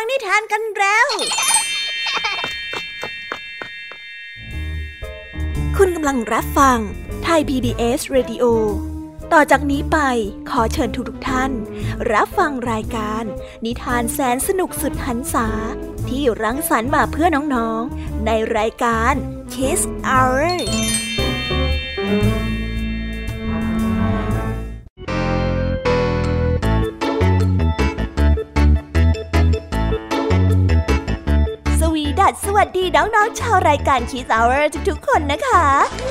งนิทานกันแล้วคุณกำลังรับฟังไทย PBS Radio ต่อจากนี้ไปขอเชิญทุกท่านรับฟังรายการนิทานแสนสนุกสุดหรรษาที่รังสรรค์มาเพื่อน้องๆในรายการ Kids Hourสวัสดีน้องๆชาวรายการ Kids Hour ทุกๆคนนะคะ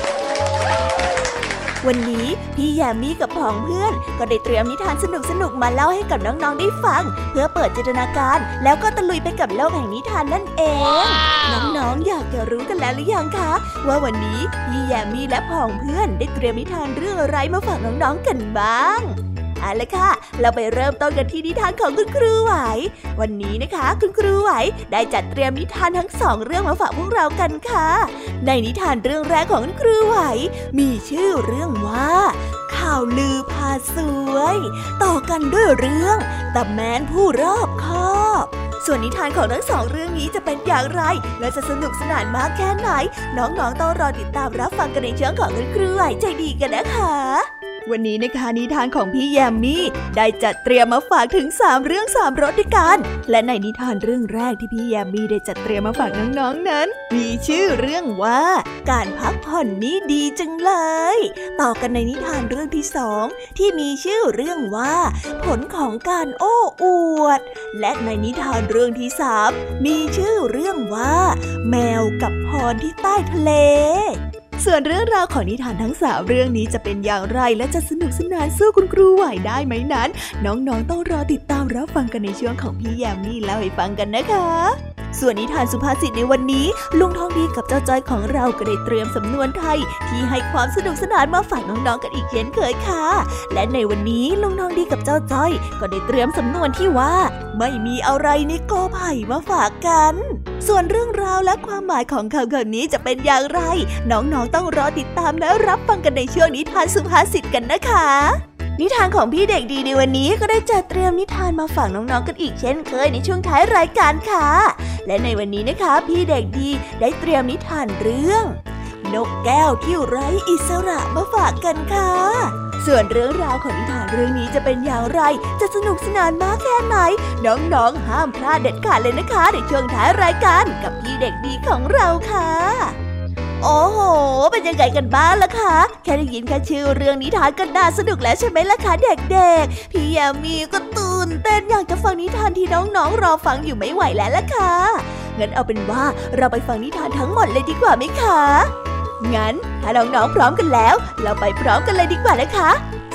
วันนี้พี่แยมมี่กับผองเพื่อนก็ได้เตรียมนิทานสนุกๆมาเล่าให้กับน้องๆได้ฟังเพื่อเปิดจินตนาการแล้วก็ตะลุยไปกับโลกแห่งนิทานนั่นเองน้องๆอยากจะรู้กันแล้วหรือยังคะว่าวันนี้พี่แยมมี่และผองเพื่อนได้เตรียมนิทานเรื่องอะไรมาฝากน้องๆกันบ้างเอาละค่ะเราไปเริ่มต้นกันที่นิทานของคุณครูไหววันนี้นะคะคุณครูไหวได้จัดเตรียมนิทานทั้ง2เรื่องมาฝากพวกเรากันค่ะในนิทานเรื่องแรกของคุณครูไหวมีชื่อเรื่องว่าข่าวลือพาสวยต่อกันด้วยเรื่องตาแมนผู้รอบคอบส่วนนิทานของทั้ง2เรื่องนี้จะเป็นอย่างไรและจะสนุกสนานมากแค่ไหนน้องๆต้องรอติดตามรับฟังกันในช่วงของคุณครูไหวใจดีกันนะคะวันนี้นะคะนิทานของพี่แยมมี่ได้จัดเตรียมมาฝากถึง3เรื่อง3รสด้วยกันและในนิทานเรื่องแรกที่พี่แยมมี่ได้จัดเตรียมมาฝากน้องๆนั้นมีชื่อเรื่องว่าการพักผ่อนนี้ดีจังเลยต่อกันในนิทานเรื่องที่2ที่มีชื่อเรื่องว่าผลของการโอ้อวดและในนิทานเรื่องที่3มีชื่อเรื่องว่าแมวกับพรที่ใต้ทะเลส่วนเรื่องราวของนิทานทั้ง3เรื่องนี้จะเป็นอย่างไรและจะสนุกสนานสู้คุณครูไหวได้ไหมนั้นน้องๆต้องรอติดตามรับฟังกันในช่วงของพี่แยมมี่เล่าให้ฟังกันนะคะส่วนนิทานสุภาษิตในวันนี้ลุงทองดีกับเจ้าจ้อยของเราก็ได้เตรียมสำนวนไทยที่ให้ความสนุกสนานมาฝากน้องๆกันอีกเช่นเคยค่ะและในวันนี้ลุงทองดีกับเจ้าจ้อยก็ได้เตรียมสำนวนที่ว่าไม่มีอะไรในกอไผ่มาฝากกันส่วนเรื่องราวและความหมายของคำนี้จะเป็นอย่างไรน้องๆต้องรอติดตามและรับฟังกันในช่วงนิทานสุภาษิตกันนะคะนิทานของพี่เด็กดีในวันนี้ก็ได้จัดเตรียมนิทานมาฝากน้องๆกันอีกเช่นเคยในช่วงท้ายรายการค่ะและในวันนี้นะคะพี่เด็กดีได้เตรียมนิทานเรื่องนกแก้วที่ไร้อิสระมาฝากกันค่ะส่วนเรื่องราวของนิทานเรื่องนี้จะเป็นอย่างไรจะสนุกสนานมากแค่ไหนน้องๆห้ามพลาดเด็ดขาดเลยนะคะในช่วงท้ายรายการกับพี่เด็กดีของเราค่ะโอ้โหเป็นยังไงกันบ้างล่ะคะแค่ได้ยินแค่ชื่อเรื่องนิทานก็น่าสนุกแล้วใช่ไหมล่ะคะเด็กๆพี่แยมมี่ก็ตื่นเต้นอยากจะฟังนิทานที่น้องๆรอฟังอยู่ไม่ไหวแล้วล่ะค่ะงั้นเอาเป็นว่าเราไปฟังนิทานทั้งหมดเลยดีกว่าไหมคะงั้นถ้าน้องๆพร้อมกันแล้วเราไปพร้อมกันเลยดีกว่านะคะ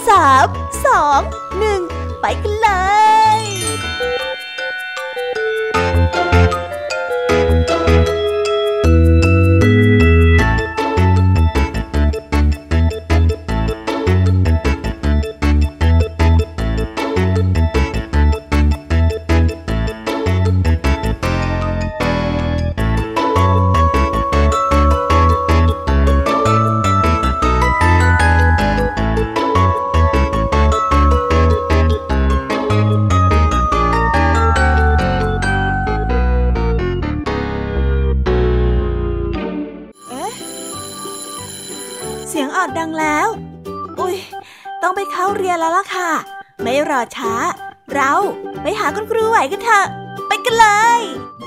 3 2 1ไปกันเลยดังแล้วอุ๊ยต้องไปเข้าเรียนแล้วล่ะค่ะไม่รอช้าเราไปหาคุณครูไหวกันเถอะไปกันเลย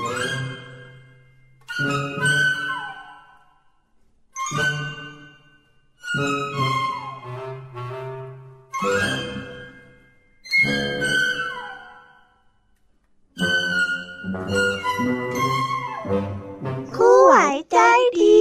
ครูไหวใจดี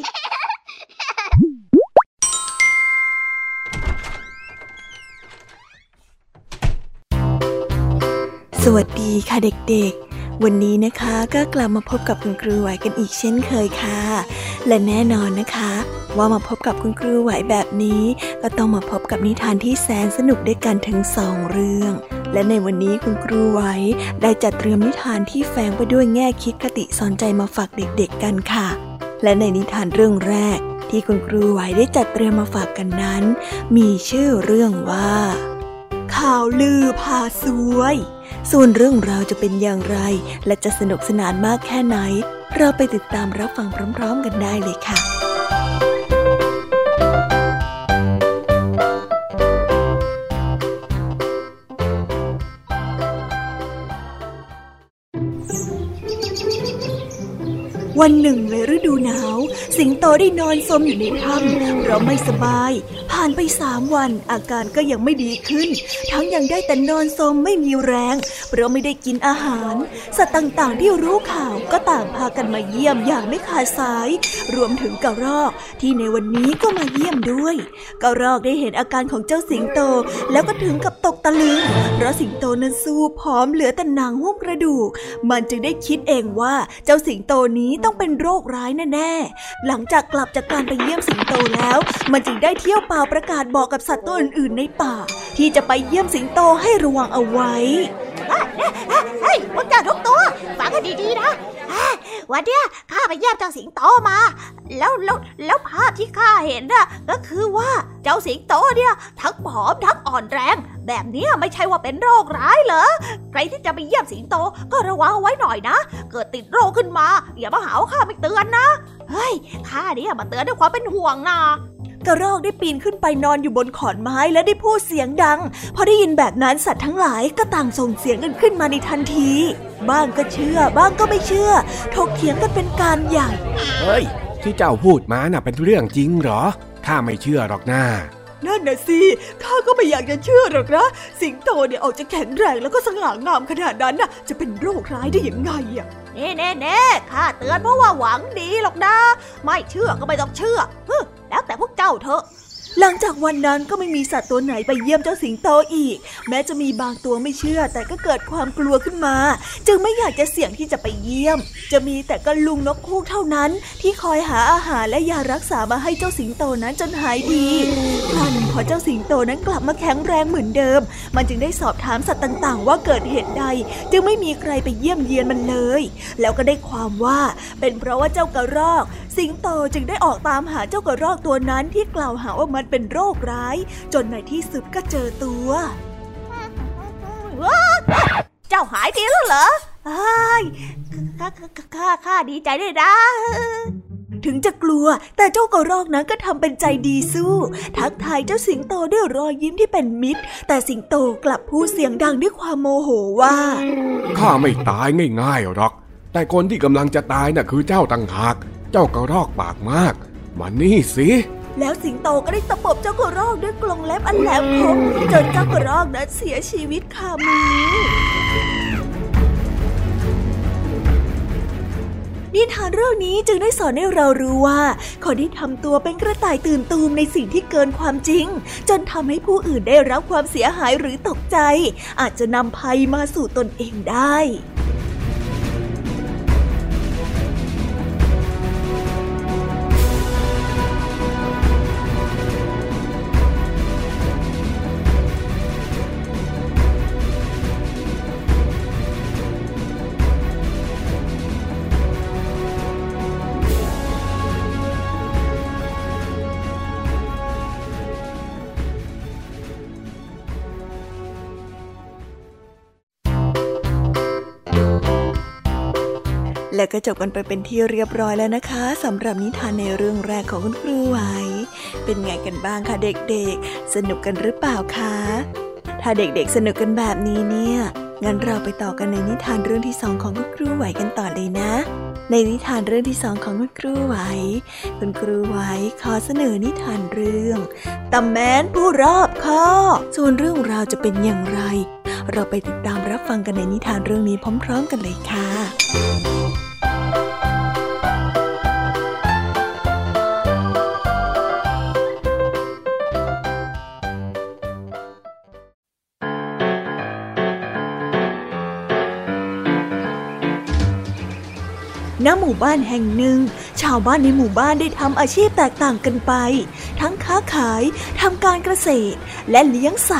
สวัสดีค่ะเด็กๆวันนี้นะคะก็กลับมาพบกับคุณครูไหวกันอีกเช่นเคยค่ะและแน่นอนนะคะว่ามาพบกับคุณครูไหวแบบนี้ก็ต้องมาพบกับนิทานที่แสนสนุกด้วยกันถึง2เรื่องและในวันนี้คุณครูไหวได้จัดเตรียมนิทานที่แฝงไปด้วยแง่คิดคติสอนใจมาฝากเด็กๆกันค่ะและในนิทานเรื่องแรกที่คุณครูไหวได้จัดเตรียมมาฝากกันนั้นมีชื่อเรื่องว่าข่าวลือพาซวยส่วนเรื่องราวจะเป็นอย่างไรและจะสนุกสนานมากแค่ไหนเราไปติดตามรับฟังพร้อมๆกันได้เลยค่ะวันหนึ่งในฤดูหนาวสิงโตได้นอนซมอยู่ในถ้ำเพราะไม่สบายผ่านไป3 วันอาการก็ยังไม่ดีขึ้นทั้งยังได้แต่นอนซมไม่มีแรงเพราะไม่ได้กินอาหารสัตว์ต่างๆที่รู้ข่าวก็ต่างพากันมาเยี่ยมอย่างไม่ขาดสายรวมถึงกระรอกที่ในวันนี้ก็มาเยี่ยมด้วยกระรอกได้เห็นอาการของเจ้าสิงโตแล้วก็ถึงกับตกตะลึงเพราะสิงโตนั้นสู้ผอมเหลือแต่หนังหุ้มกระดูกมันจึงได้คิดเองว่าเจ้าสิงโตนี้ต้องเป็นโรคร้ายแน่ๆหลังจากกลับจากการไปเยี่ยมสิงโตแล้วมันจึงได้เที่ยวป่าประกาศบอกกับสัตว์ตัวอื่นๆในป่าที่จะไปเยี่ยมสิงโตให้ระวังเอาไว้เฮ้ยพวกเจ้าทุกตัวฟังกันดีๆนะวันเนี้ยข้าไปเยี่ยมเจ้าสิงโตมาแล้วภาพที่ข้าเห็นน่ะก็คือว่าเจ้าสิงโตเนี่ยทั้งผอมทั้งอ่อนแรงแบบนี้ไม่ใช่ว่าเป็นโรคร้ายเหรอใครที่จะไปเยี่ยมสิงโตก็ระวังเอาไว้หน่อยนะเกิดติดโรคขึ้นมาอย่ามาหาว่าข้าไม่เตือนนะเฮ้ยข้าเนี่ยมาเตือนด้วยความเป็นห่วงนะกระรอกได้ปีนขึ้นไปนอนอยู่บนขอนไม้และได้พูดเสียงดังพอได้ยินแบบนั้นสัตว์ทั้งหลายก็ต่างส่งเสียงกันขึ้นมาในทันทีบ้างก็เชื่อบ้างก็ไม่เชื่อถกเถียงกันเป็นการใหญ่เฮ้ยที่เจ้าพูดมาน่ะเป็นเรื่องจริงเหรอข้าไม่เชื่อหรอกนะนั่นน่ะสิข้าก็ไม่อยากจะเชื่อหรอกนะสิงโตเนี่ยออกจะแข็งแรงแล้วก็สง่างามขนาดนั้นน่ะจะเป็นโรคร้ายได้ยังไงอ่ะแน่ข้าเตือนเพราะว่าหวังดีหรอกนะไม่เชื่อก็ไม่ต้องเชื่อแล้วแต่พวกเจ้าเถอะหลังจากวันนั้นก็ไม่มีสัตว์ตัวไหนไปเยี่ยมเจ้าสิงโตอีกแม้จะมีบางตัวไม่เชื่อแต่ก็เกิดความกลัวขึ้นมาจึงไม่อยากจะเสี่ยงที่จะไปเยี่ยมจะมีแต่ก็ลุงนกฮูกเท่านั้นที่คอยหาอาหารและยารักษามาให้เจ้าสิงโตนั้นจนหายดีครั้นพอเจ้าสิงโตนั้นกลับมาแข็งแรงเหมือนเดิมมันจึงได้สอบถามสัตว์ต่างๆว่าเกิดเหตุใดจึงไม่มีใครไปเยี่ยมเยียนมันเลยแล้วก็ได้ความว่าเป็นเพราะว่าเจ้ากระรอกสิงโตจึงได้ออกตามหาเจ้ากระรอกตัวนั้นที่กล่าวหาว่ามันเป็นโรคร้ายจนในที่สุดก็เจอตัวเจ้าหายดีแล้วเหรอข้าดีใจด้วยนะถึงจะกลัวแต่เจ้ากระรอกนั้นก็ทำเป็นใจดีสู้ทักทายเจ้าสิงโตด้วยรอยยิ้มที่เป็นมิตรแต่สิงโตกลับพูดเสียงดังด้วยความโมโหว่าข้าไม่ตายง่ายๆหรอกแต่คนที่กำลังจะตายน่ะคือเจ้าต่างหากเจ้ากระรอกปากมากมานี่สิแล้วสิงโตก็ได้ตบเจ้ากระรอกด้วยกรงเล็บอันแหลมคมจนเจ้ากระรอกนั้นเสียชีวิตคามือนิทานเรื่องนี้จึงได้สอนให้เรารู้ว่าคนที่ทำตัวเป็นกระต่ายตื่นตูมในสิ่งที่เกินความจริงจนทำให้ผู้อื่นได้รับความเสียหายหรือตกใจอาจจะนำภัยมาสู่ตนเองได้และก็จบกันไปเป็นที่เรียบร้อยแล้วนะคะสำหรับนิทานในเรื่องแรกของคุณครูไหวเป็นไงกันบ้างคะเด็กๆสนุกกันหรือเปล่าคะถ้าเด็กๆสนุกกันแบบนี้เนี่ยงั้นเราไปต่อกันในนิทานเรื่องที่2ของคุณครูไหวกันต่อเลยนะในนิทานเรื่องที่2ของคุณครูไหวคุณครูไหวขอเสนอนิทานเรื่องตาแม้นผู้รอบคอบส่วนเรื่องราวจะเป็นอย่างไรเราไปติดตามรับฟังกันในนิทานเรื่องนี้พร้อมๆกันเลยค่ะณ หมู่บ้านแห่งหนึ่งชาวบ้านในหมู่บ้านได้ทำอาชีพแตกต่างกันไปทั้งค้าขายทำการเกษตรและเลี้ยงสัตว์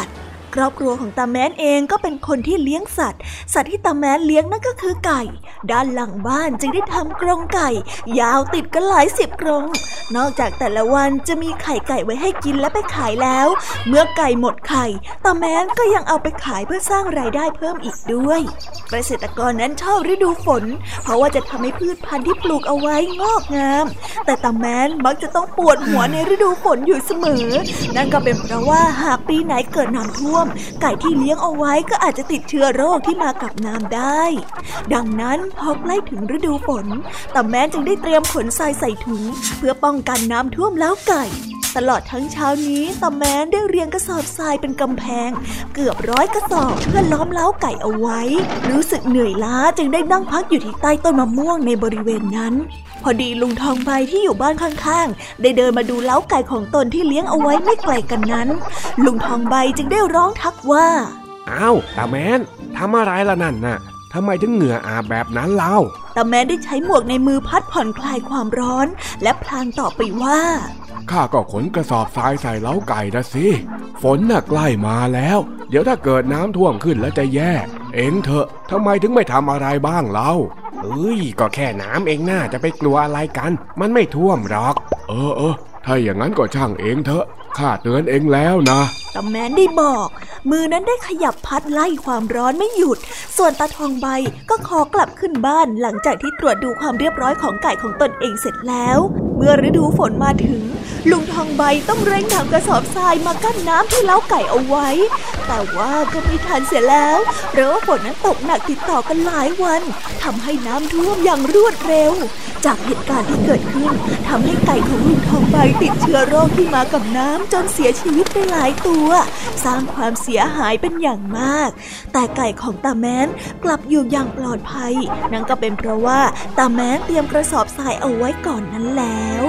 ครอบครัวของตาแม้นเองก็เป็นคนที่เลี้ยงสัตว์ที่ตาแม้นเลี้ยงนั่นก็คือไก่ด้านหลังบ้านจึงได้ทำกรงไก่ยาวติดกันหลาย10 กรงนอกจากแต่ละวันจะมีไข่ไก่ไว้ให้กินและไปขายแล้วเมื่อไก่หมดไข่ตาแม้นก็ยังเอาไปขายเพื่อสร้างรายได้เพิ่มอีกด้วยเกษตรกรนั้นชอบฤดูฝนเพราะว่าจะทำให้พืชพันธุ์ที่ปลูกเอาไว้งอกงามแต่ตาแม้นมักจะต้องปวดหัวในฤดูฝนอยู่เสมอนั่นก็เป็นเพราะว่าหากปีไหนเกิดน้ำท่วมไก่ที่เลี้ยงเอาไว้ก็อาจจะติดเชื้อโรคที่มากับน้ำได้ดังนั้นพอใกล้ถึงฤดูฝนตาแม้นจึงได้เตรียมขนทรายใส่ถุงเพื่อป้องกันน้ำท่วมเล้าไก่ตลอดทั้งเช้านี้ตาแม้นได้เรียงกระสอบทรายเป็นกำแพงเกือบ100 กระสอบเพื่อล้อมเล้าไก่เอาไว้รู้สึกเหนื่อยล้าจึงได้นั่งพักอยู่ที่ใต้ต้นมะม่วงในบริเวณนั้นพอดีลุงทองใบที่อยู่บ้านข้างๆได้เดินมาดูเล้าไก่ของตนที่เลี้ยงเอาไว้ไม่ไกลกันนั้นลุงทองใบจึงได้ร้องทักว่าอ้าวตาแม้นทำอะไรล่ะนั่นน่ะทำไมถึงเหงื่ออาบแบบนั้นเล่าตาแม้นได้ใช้หมวกในมือพัดผ่อนคลายความร้อนและพลางตอบไปว่าข้าก็ขนกระสอบทรายใส่เล้าไก่นะสิฝนน่ะใกล้มาแล้วเดี๋ยวถ้าเกิดน้ำท่วมขึ้นแล้วจะแย่เอ็งเถอะทำไมถึงไม่ทำอะไรบ้างเล่าก็แค่น้ำเองน่าจะไปกลัวอะไรกันมันไม่ท่วมหรอกถ้าอย่างนั้นก็ช่างเองเถอะข้าเตือนเองแล้วนะตาแม้นได้บอกมือนั้นได้ขยับพัดไล่ความร้อนไม่หยุดส่วนตาทองใบก็ขอกลับขึ้นบ้านหลังจากที่ตรวจดูความเรียบร้อยของไก่ของตนเองเสร็จแล้วเมื่อฤดูฝนมาถึงลุงทองใบต้องเร่งนำกระสอบทรายมากั้นน้ำที่เล้าไก่เอาไว้แต่ว่าก็ไม่ทันเสียแล้วเพราะว่าฝนนั้นตกหนักติดต่อกันหลายวันทำให้น้ำท่วมอย่างรวดเร็วจากเหตุการณ์ที่เกิดขึ้นทำให้ไก่ของลุงทองใบติดเชื้อโรคที่มากับน้ำจนเสียชีวิตไปหลายตัวสร้างความเสียหายเป็นอย่างมากแต่ไก่ของตาแม้นกลับอยู่อย่างปลอดภัยนั่นก็เป็นเพราะว่าตาแม้นเตรียมกระสอบทรายเอาไว้ก่อนนั้นแล้ว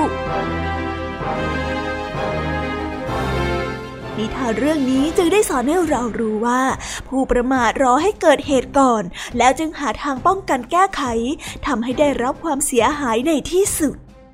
นิทานเรื่องนี้จึงได้สอนให้เรารู้ว่าผู้ประมาทรอให้เกิดเหตุก่อนแล้วจึงหาทางป้องกันแก้ไขทำให้ได้รับความเสียหายในที่สุด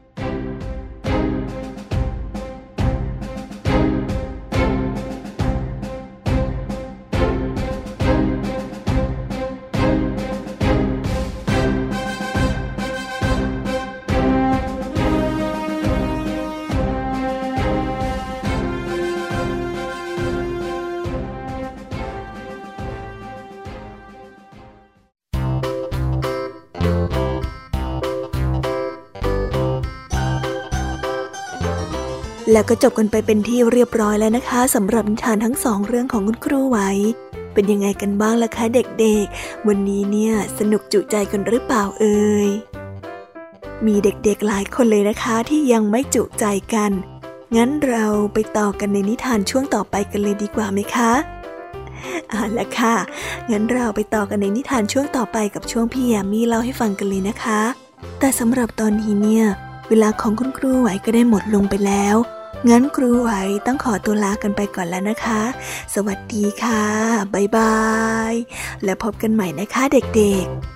แล้วก็จบกันไปเป็นที่เรียบร้อยแล้วนะคะสำหรับนิทานทั้ง2 เรื่องของคุณครูไหวเป็นยังไงกันบ้างล่ะคะเด็กๆวันนี้เนี่ยสนุกจุใจกันหรือเปล่าเอ่ยมีเด็กๆหลายคนเลยนะคะที่ยังไม่จุใจกันงั้นเราไปต่อกันในนิทานช่วงต่อไปกันเลยดีกว่าไหมคะเอาล่ะค่ะงั้นเราไปต่อกันในนิทานช่วงต่อไปกับช่วงพี่แยมมี่เล่าให้ฟังกันเลยนะคะแต่สำหรับตอนนี้เนี่ยเวลาของคุณครูไหวก็ได้หมดลงไปแล้วงั้นครูไหวต้องขอตัวลากันไปก่อนแล้วนะคะสวัสดีค่ะบ๊ายบายแล้วพบกันใหม่นะคะเด็กๆ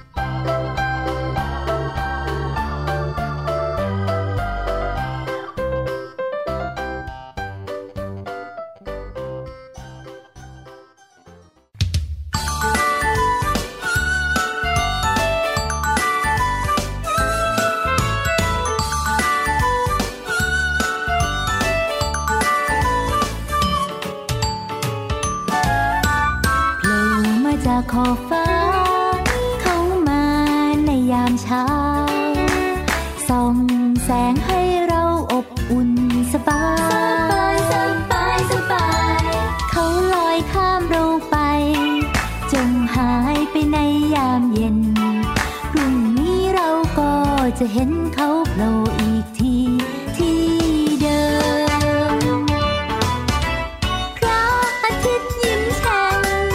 ขอบฟ้าเข้ามาในยามเช้าส่องแสงให้เราอบอุ่นสบายสบายสบายเขาลอยข้ามเราไปจงหายไปในยามเย็นพรุ่งนี้เราก็จะเห็นเขาโผล่อีกทีที่เดิมพระอาทิตย์ยิ้มแฉ่ง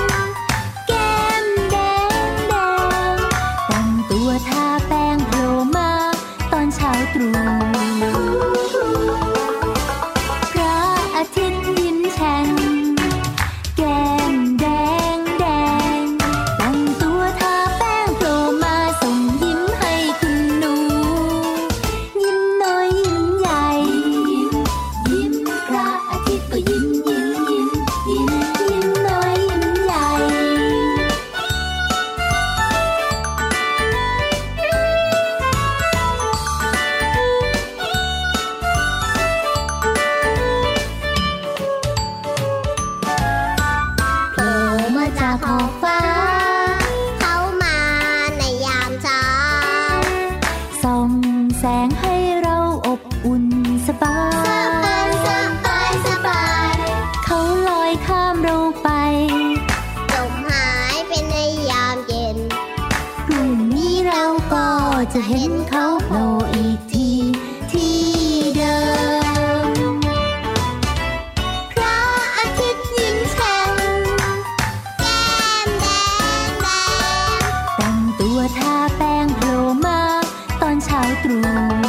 ทาแป้งโผล่มาตอนเช้าตรู่พระอาทิตย์ยิ้มแฉ่งแก้มแดงแดงแต่งตัวทาแป้งโผล่มาส่งยิ้มให้คุณหนูจะเห็นเขาโผล่อีกทีที่เดิมพระอาทิตย์ยิ้มแฉ่งแก้มแดงแดงแต่งตัวทาแป้งโผล่มาตอนเช้าตรู่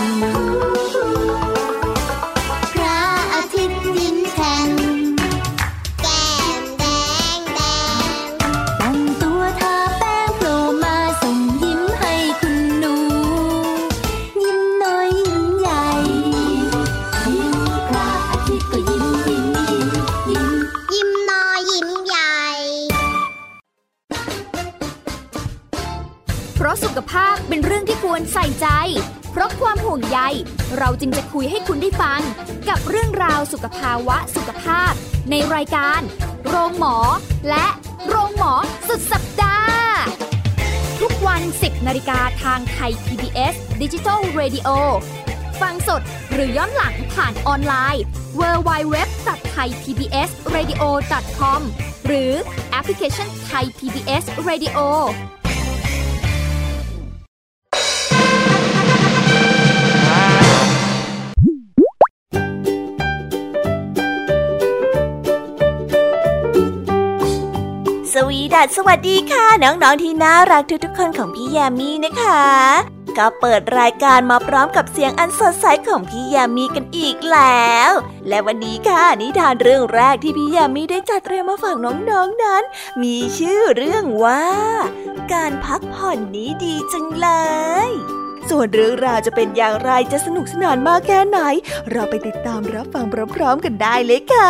พระอาทิตย์ยิ้มแฉ่งแก้มแดงแดงแต่งตัวทาแป้งโผล่มาส่งยิ้มให้คุณหนูยิ้มน้อยยิ้มใหญ่ยิ้มพระอาทิตย์ก็ยิ้มยิ้มยิ้มยิ้มยิ้มน้อยยิ้มใหญ่เพราะสุขภาพเป็นเรื่องที่ควรใส่ใจเพราะความห่วงใยเราจึงจะคุยให้คุณได้ฟังกับเรื่องราวสุขภาวะสุขภาพในรายการโรงหมอและโรงหมอสุดสัปดาห์ทุกวัน 10 นาฬิกาทางไทย PBS Digital Radio ฟังสดหรือย้อนหลังผ่านออนไลน์ www.thaipbsradio.com หรือแอปพลิเคชัน Thai PBS Radio สวัสดีค่ะน้องๆที่น่ารักทุกๆคนของพี่แยมมี่นะคะก็เปิดรายการมาพร้อมกับเสียงอันสดใสของพี่แยมมี่กันอีกแล้วและวันนี้ค่ะนิทานเรื่องแรกที่พี่แยมมี่ได้จัดเตรียมมาฝากน้องๆนั้นมีชื่อเรื่องว่าการพักผ่อนนี้ดีจังเลยส่วนเรื่องราวจะเป็นอย่างไรจะสนุกสนานมากแค่ไหนเราไปติดตามรับฟังพร้อมๆกันได้เลยค่ะ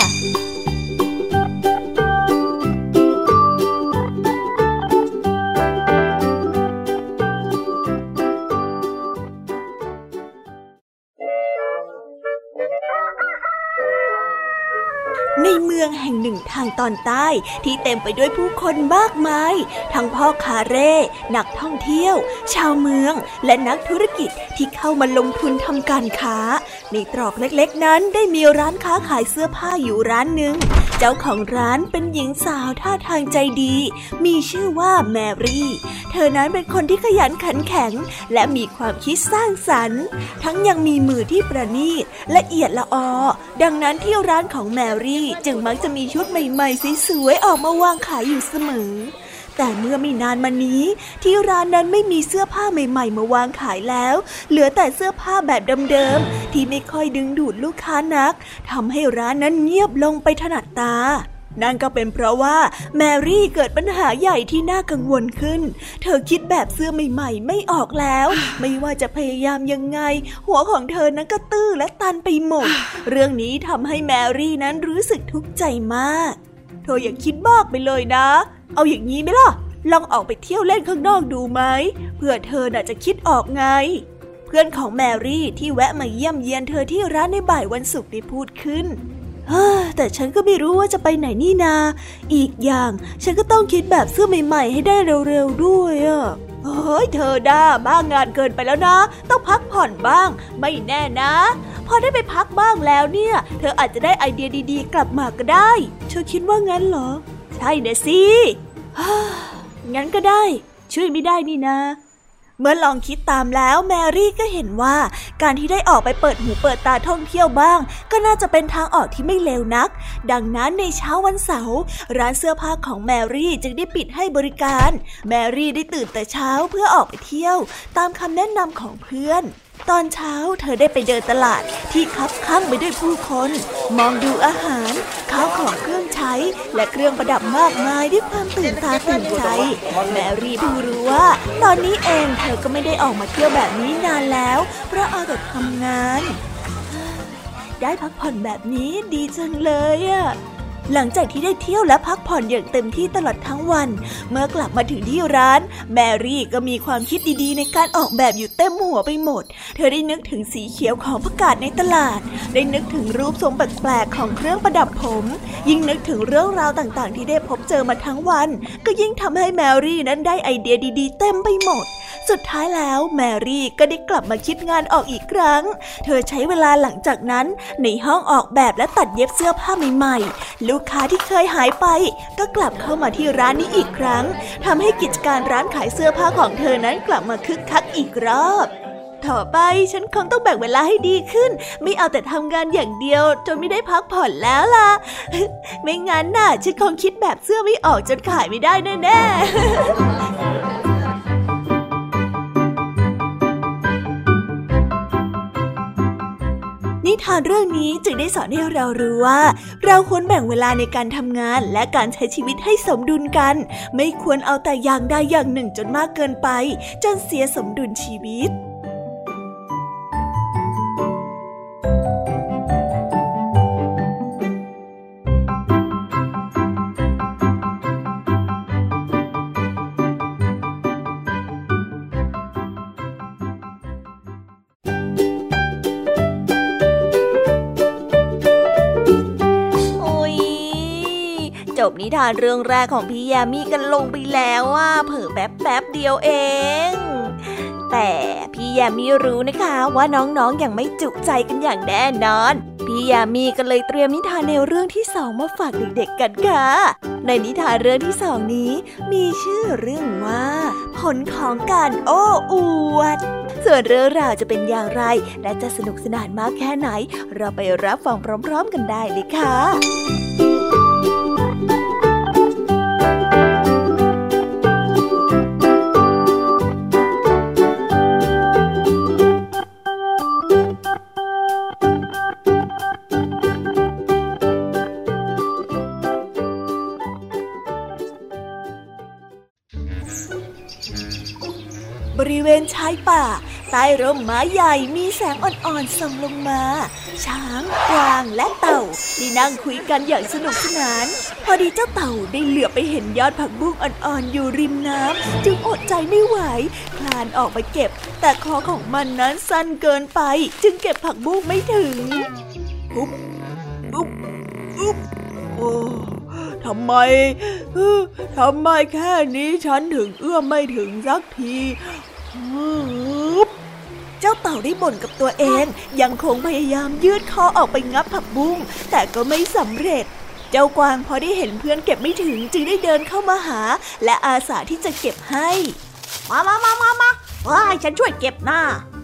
ในเมืองแห่งหนึ่งทางตอนใต้ที่เต็มไปด้วยผู้คนมากมายทั้งพ่อค้าเร่นักท่องเที่ยวชาวเมืองและนักธุรกิจที่เข้ามาลงทุนทำการค้าในตรอกเล็กๆนั้นได้มีร้านค้าขายเสื้อผ้าอยู่ร้านหนึ่งเจ้าของร้านเป็นหญิงสาวท่าทางใจดีมีชื่อว่าแมรี่เธอนั้นเป็นคนที่ขยันขันแข็งและมีความคิดสร้างสรรค์ทั้งยังมีมือที่ประณีตละเอียดละออดังนั้นที่ร้านของแมรี่จึงมักจะมีชุดใหม่ๆสวยๆออกมาวางขายอยู่เสมอแต่เมื่อไม่นานมานี้ที่ร้านนั้นไม่มีเสื้อผ้าใหม่ๆมาวางขายแล้วเหลือแต่เสื้อผ้าแบบเดิมๆที่ไม่ค่อยดึงดูดลูกค้านักทำให้ร้านนั้นเงียบลงไปถนัดตานั่นก็เป็นเพราะว่าแมรี่เกิดปัญหาใหญ่ที่น่ากังวลขึ้นเธอคิดแบบเสื้อใหม่ๆไม่ออกแล้วไม่ว่าจะพยายามยังไงหัวของเธอนั้นก็ตื้อและตันไปหมดเรื่องนี้ทำให้แมรี่นั้นรู้สึกทุกข์ใจมากเธออย่าคิดมากไปเลยนะเอาอย่างนี้ไหมล่ะลองออกไปเที่ยวเล่นข้างนอกดูไหมเพื่อเธอน่ะจะคิดออกไงเพื่อนของแมรี่ที่แวะมาเยี่ยมเยียนเธอที่ร้านในบ่ายวันศุกร์ได้พูดขึ้นแต่ฉันก็ไม่รู้ว่าจะไปไหนนี่นาอีกอย่างฉันก็ต้องคิดแบบเสื้อใหม่ๆให้ได้เร็วๆด้วยเฮ้ยเธอด้าบ้างานเกินไปแล้วนะต้องพักผ่อนบ้างไม่แน่นะพอได้ไปพักบ้างแล้วเนี่ยเธออาจจะได้ไอเดียดีๆกลับมาก็ได้เธอคิดว่างั้นเหรอใช่เนสิงั้นก็ได้ช่วยไม่ได้นี่นะเมื่อลองคิดตามแล้วแมรี่ก็เห็นว่าการที่ได้ออกไปเปิดหูเปิดตาท่องเที่ยวบ้างก็น่าจะเป็นทางออกที่ไม่เลวนักดังนั้นในเช้าวันเสาร์ร้านเสื้อผ้าของแมรี่จึงได้ปิดให้บริการแมรี่ได้ตื่นแต่เช้าเพื่อออกไปเที่ยวตามคำแนะนำของเพื่อนตอนเช้าเธอได้ไปเดินตลาดที่คับคั่งไปด้วยผู้คนมองดูอาหารข้าวของเครื่องใช้และเครื่องประดับมากมายด้วยความตื่นตาตื่นใจแมรี่เพิ่งรู้ว่าตอนนี้เองเธอก็ไม่ได้ออกมาเที่ยวแบบนี้นานแล้วเพราะเอาแต่ทำงานได้พักผ่อนแบบนี้ดีจังเลยหลังจากที่ได้เที่ยวและพักผ่อนอย่างเต็มที่ตลอดทั้งวันเมื่อกลับมาถึงที่ร้านแมรี่ก็มีความคิดดีๆในการออกแบบอยู่เต็มหัวไปหมดเธอได้นึกถึงสีเขียวของผักกาดในตลาดได้นึกถึงรูปทรงแปลกๆของเครื่องประดับผมยิ่งนึกถึงเรื่องราวต่างๆที่ได้พบเจอมาทั้งวันก็ยิ่งทำให้แมรี่นั้นได้ไอเดียดีๆเต็มไปหมดสุดท้ายแล้วแมรี่ก็ได้กลับมาคิดงานออกอีกครั้งเธอใช้เวลาหลังจากนั้นในห้องออกแบบและตัดเย็บเสื้อผ้าใหม่ๆลูกค้าที่เคยหายไปก็กลับเข้ามาที่ร้านนี้อีกครั้งทำให้กิจการร้านขายเสื้อผ้าของเธอนั้นกลับมาคึกคักอีกรอบต่อไปฉันคงต้องแบ่งเวลาให้ดีขึ้นไม่เอาแต่ทำงานอย่างเดียวจนไม่ได้พักผ่อนแล้วล่ะ ไม่งั้นน่ะฉันคงคิดแบบเสื้อไม่ออกจนขายไม่ได้แน่ๆ นิทานเรื่องนี้จึงได้สอนให้เรารู้ว่าเราควรแบ่งเวลาในการทำงานและการใช้ชีวิตให้สมดุลกันไม่ควรเอาแต่อย่างใดอย่างหนึ่งจนมากเกินไปจนเสียสมดุลชีวิตจบนิทานเรื่องแรกของพี่ยามีกันลงไปแล้วว่าเผลอแป๊บเดียวเองแต่พี่ยามีรู้นะคะว่าน้องๆยังไม่จุใจกันอย่างแน่นอนพี่ยามีก็เลยเตรียมนิทานแนวเรื่องที่2มาฝากเด็กๆกันค่ะในนิทานเรื่องที่2นี้มีชื่อเรื่องว่าผลของการโอ้อวดส่วนเรื่องราวจะเป็นอย่างไรและจะสนุกสนานมากแค่ไหนเราไปรับฟังพร้อมๆกันได้เลยค่ะบริเวณชายป่าใต้ร่มไม้ใหญ่มีแสงอ่อนๆส่องลงมาช้างกวางและเต่าได้นั่งคุยกันอย่างสนุกสนานพอดีเจ้าเต่าได้เหลือบไปเห็นยอดผักบุ้งอ่อนๆอยู่ริมน้ำจึงอดใจไม่ไหวคลานออกไปเก็บแต่คอของมันนั้นสั้นเกินไปจึงเก็บผักบุ้งไม่ถึงอุ๊บอุ๊บอุ๊บโอ้ทำไมแค่นี้ฉันถึงเอื้อมไม่ถึงสักทีเจ้าเต่าได้บ่นกับตัวเองยังคงพยายามยืดคอออกไปงับผักบุ้งแต่ก็ไม่สำเร็จเจ้ากวางพอได้เห็นเพื่อนเก็บไม่ถึงจึงได้เดินเข้ามาหาและอาสาที่จะเก็บให้มาให้ฉันช่วยเก็บหน้า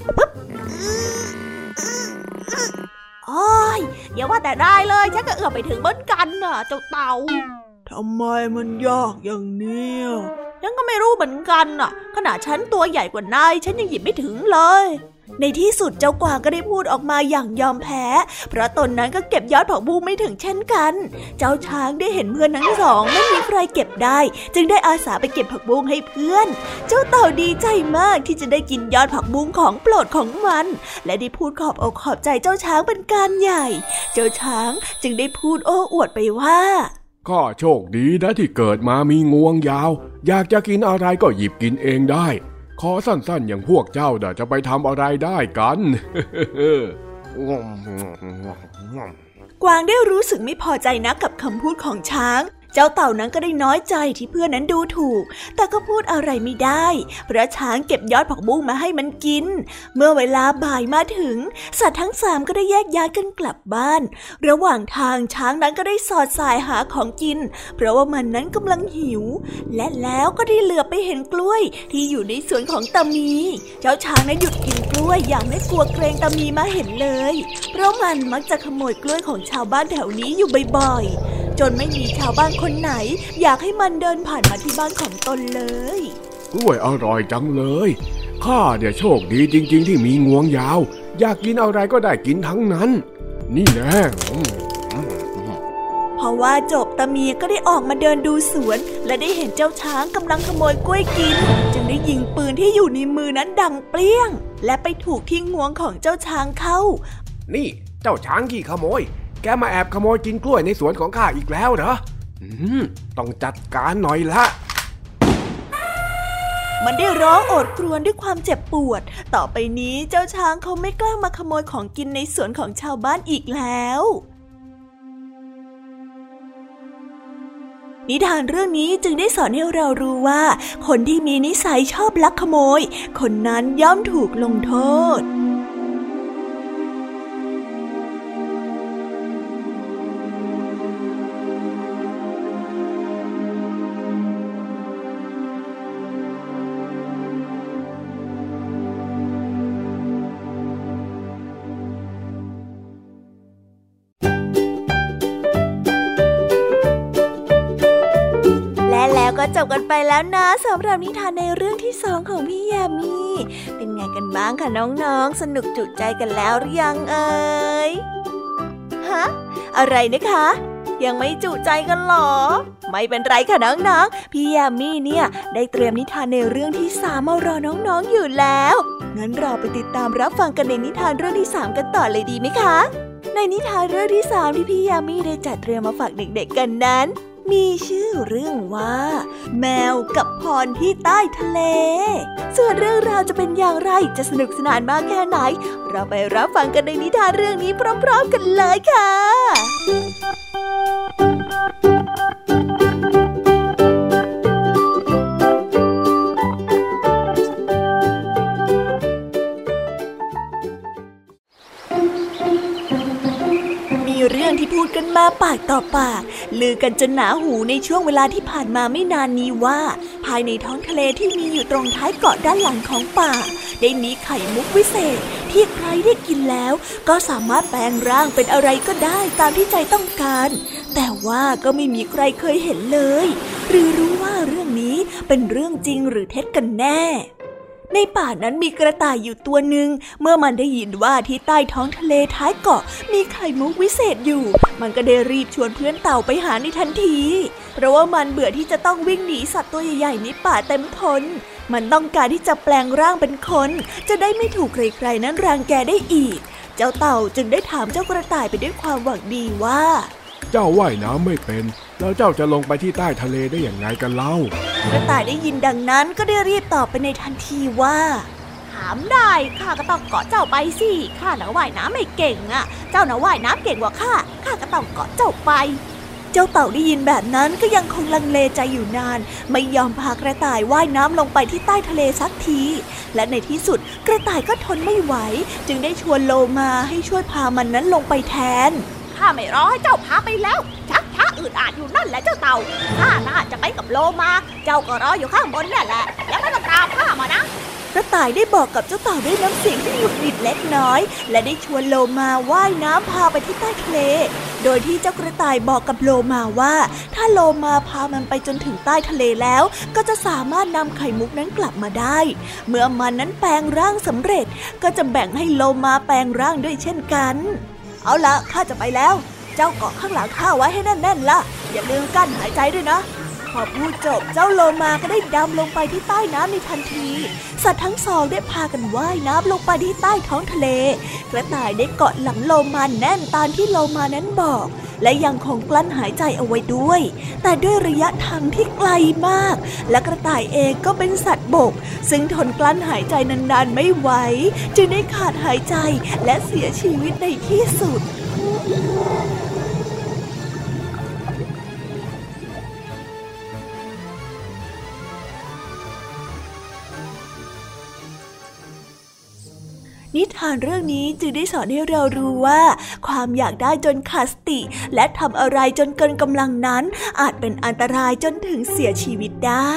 โอ้ยอย่าว่าแต่ได้เลยฉันก็เอื้อมไปถึงเหมือนกันน่ะเจ้าเต่าทำไมมันยากอย่างนี้ฉันก็ไม่รู้เหมือนกันน่ะขนาดฉันตัวใหญ่กว่านายฉันยังหยิบไม่ถึงเลยในที่สุดเจ้ากวางก็ได้พูดออกมาอย่างยอมแพ้เพราะตนนั้นก็เก็บยอดผักบุ้งไม่ถึงเช่นกันเจ้าช้างได้เห็นเพื่อนทั้งสองไม่มีใครเก็บได้จึงได้อาสาไปเก็บผักบุ้งให้เพื่อนเจ้าเต่าดีใจมากที่จะได้กินยอดผักบุ้งของโปรดของมันและได้พูดขอบอกขอบใจเจ้าช้างเป็นการใหญ่เจ้าช้างจึงได้พูดโอ้อวดไปว่าข้าโชคดีนะที่เกิดมามีงวงยาวอยากจะกินอะไรก็หยิบกินเองได้ขอสั้นๆอย่างพวกเจ้าจะไปทำอะไรได้กันกวางได้รู้สึกไม่พอใจนักกับคำพูดของช้างเจ้าเต่านั้นก็ได้น้อยใจที่เพื่อนนั้นดูถูกแต่ก็พูดอะไรไม่ได้เพราะช้างเก็บยอดผักบุ้งมาให้มันกินเมื่อเวลาบ่ายมาถึงสัตว์ทั้ง3ก็ได้แยกย้ายกันกลับบ้านระหว่างทางช้างนั้นก็ได้สอดสายหาของกินเพราะว่ามันนั้นกำลังหิวและแล้วก็ได้เหลือบไปเห็นกล้วยที่อยู่ในสวนของตามีเจ้าช้างนั้นหยุดกินกล้วยอย่างไม่กลัวเกรงตามีมาเห็นเลยเพราะมันมักจะขโมยกล้วยของชาวบ้านแถวนี้อยู่บ่อยๆจนไม่มีชาวบ้านคนไหนอยากให้มันเดินผ่านมาที่บ้านของตนเลยกล้วยอร่อยจังเลยข้าเนี่ยโชคดีจริงๆที่มีงวงยาวอยากกินอะไรก็ได้กินทั้งนั้นนี่แน่เพราะว่าจบตามีก็ได้ออกมาเดินดูสวนและได้เห็นเจ้าช้างกำลังขโมยกล้วยกินจึงได้ยิงปืนที่อยู่ในมือนั้นดังเปรี้ยงและไปถูกที่งวงของเจ้าช้างเข้านี่เจ้าช้างขี้ขโมยแกมาแอบขโมยกินกล้วยในสวนของข้าอีกแล้วเหรอต้องจัดการหน่อยละมันได้ร้องโอดครวญด้วยความเจ็บปวดต่อไปนี้เจ้าช้างเขาไม่กล้ามาขโมยของกินในสวนของชาวบ้านอีกแล้วนิทานเรื่องนี้จึงได้สอนให้เรารู้ว่าคนที่มีนิสัยชอบลักขโมยคนนั้นย่อมถูกลงโทษก็จบกันไปแล้วนะสำหรับนิทานในเรื่องที่2ของพี่ยามีเป็นไงกันบ้างคะน้องๆสนุกจุใจกันแล้วหรือยังเอ่ยฮะอะไรนะคะยังไม่จุใจกันหรอไม่เป็นไรค่ะน้องๆพี่ยามีเนี่ยได้เตรียมนิทานในเรื่องที่3มารอน้องๆอยู่แล้วงั้นเราไปติดตามรับฟังกันในนิทานเรื่องที่3กันต่อเลยดีไหมคะในนิทานเรื่องที่3ที่พี่ยามีได้จัดเตรียมมาฝากเด็กๆกันนั้นมีชื่อเรื่องว่าแมวกับพรที่ใต้ทะเลส่วนเรื่องราวจะเป็นอย่างไรจะสนุกสนานมากแค่ไหนเราไปรับฟังกันในนิทานเรื่องนี้พร้อมๆกันเลยค่ะเรื่องที่พูดกันมาปากต่อปากลือกันจนหนาหูในช่วงเวลาที่ผ่านมาไม่นานนี้ว่าภายในท้องทะเลที่มีอยู่ตรงท้ายเกาะด้านหลังของป่าได้มีไข่มุกวิเศษที่ใครได้กินแล้วก็สามารถแปลงร่างเป็นอะไรก็ได้ตามที่ใจต้องการแต่ว่าก็ไม่มีใครเคยเห็นเลยหรือรู้ว่าเรื่องนี้เป็นเรื่องจริงหรือเท็จกันแน่ในป่านั้นมีกระต่ายอยู่ตัวหนึ่งเมื่อมันได้ยินว่าที่ใต้ท้องทะเลท้ายเกาะมีไข่มุกวิเศษอยู่มันก็ได้รีบชวนเพื่อนเต่าไปหาในทันทีเพราะว่ามันเบื่อที่จะต้องวิ่งหนีสัตว์ตัวใหญ่ๆในป่าเต็มทนมันต้องการที่จะแปลงร่างเป็นคนจะได้ไม่ถูกใครๆนั้นรังแกได้อีกเจ้าเต่าจึงได้ถามเจ้ากระต่ายไปด้วยความหวังดีว่าเจ้าว่ายน้ำไม่เป็นแล้วเจ้าจะลงไปที่ใต้ทะเลได้อย่างไรกันเล่ากระต่ายได้ยินดังนั้นก็ได้รีบตอบไปในทันทีว่าถามได้ข้าก็ต้องเกาะเจ้าไปสิข้าน่ะว่ายน้ำไม่เก่งอ่ะเจ้าน่ะว่ายน้ำเก่งกว่าข้าก็ต้องเกาะเจ้าไปเจ้าเต่าได้ยินแบบนั้นก็ยังคงลังเลใจอยู่นานไม่ยอมพากระต่ายว่ายน้ำลงไปที่ใต้ทะเลสักทีและในที่สุดกระต่ายก็ทนไม่ไหวจึงได้ชวนโลมาให้ช่วยพามันนั้นลงไปแทนข้าไม่รอให้เจ้าพาไปแล้วชักช้าอืดอาดอยู่นั่นแหละเจ้าเต่าข้าน่าจะไปกับโลมาเจ้าก็รออยู่ข้างบนนั่นแหละแล้วไม่ต้องตามข้ามานะกระต่ายได้บอกกับเจ้าเต่าด้วยน้ำเสียงที่หงุดหงิดเล็กน้อยและได้ชวนโลมาว่ายน้ำพาไปที่ใต้ทะเลโดยที่เจ้ากระต่ายบอกกับโลมาว่าถ้าโลมาพามันไปจนถึงใต้ทะเลแล้วก็จะสามารถนำไข่มุกนั้นกลับมาได้เมื่อมันนั้นแปลงร่างสำเร็จก็จะแบ่งให้โลมาแปลงร่างด้วยเช่นกันเอาละข้าจะไปแล้วเจ้าเกาะข้างหลังข้าไว้ให้แน่นๆล่ะอย่าลืมกั้นหายใจด้วยนะพอพูดจบเจ้าโลมาก็ได้ดำลงไปที่ใต้น้ำในทันทีสัตว์ทั้งสองได้พากันว่ายน้ำลงไปที่ใต้ท้องทะเลกระต่ายได้เกาะหลังโลมาแน่นตามที่โลมานั้นบอกและยังคงกลั้นหายใจเอาไว้ด้วยแต่ด้วยระยะทางที่ไกลมากและกระต่ายเองก็เป็นสัตว์บกซึ่งทนกลั้นหายใจนานๆไม่ไหวจึงได้ขาดหายใจและเสียชีวิตในที่สุดนิทานเรื่องนี้จึงได้สอนให้เรารู้ว่าความอยากได้จนขาดสติและทำอะไรจนเกินกำลังนั้นอาจเป็นอันตรายจนถึงเสียชีวิตได้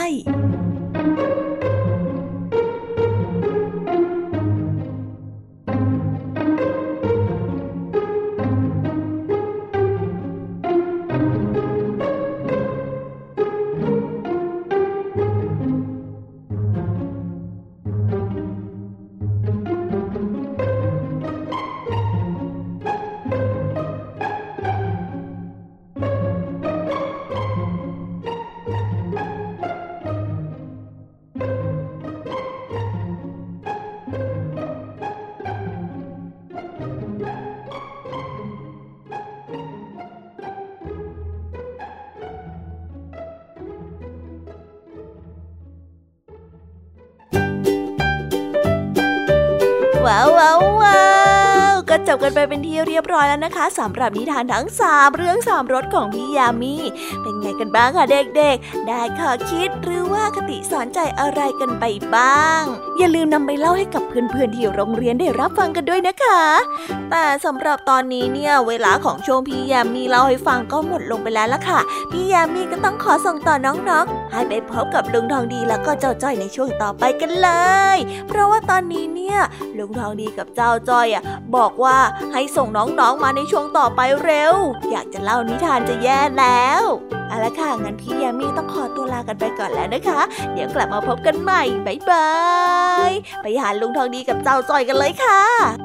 ว้าวว้าวว้าวก็จบกันไปเป็นที่เรียบร้อยแล้วนะคะสำหรับนิทานทั้ง3เรื่อง3รสของพี่ยามีเป็นไงกันบ้างคะเด็กๆได้ข้อคิดหรือว่าคติสอนใจอะไรกันไปบ้างอย่าลืมนำไปเล่าให้กับเพื่อนๆที่โรงเรียนได้รับฟังกันด้วยนะคะแต่สำหรับตอนนี้เนี่ยเวลาของช่วงพี่ยามีเล่าให้ฟังก็หมดลงไปแล้วล่ะค่ะพี่ยามีก็ต้องขอส่งต่อน้องๆให้ไปพบกับลุงทองดีแล้วก็เจ้าจ้อยในช่วงต่อไปกันเลยเพราะว่าตอนนี้เนี่ยลุงทองดีกับเจ้าจ้อยบอกว่าให้ส่งน้องๆมาในช่วงต่อไปเร็วอยากจะเล่านิทานจะแย่แล้วเอาละค่ะงั้นพี่ยามีต้องขอตัวลากันไปก่อนแล้วนะคะเดี๋ยวกลับมาพบกันใหม่บ๊ายบายไปหาลุงทองดีกับเจ้าจ้อยกันเลยค่ะ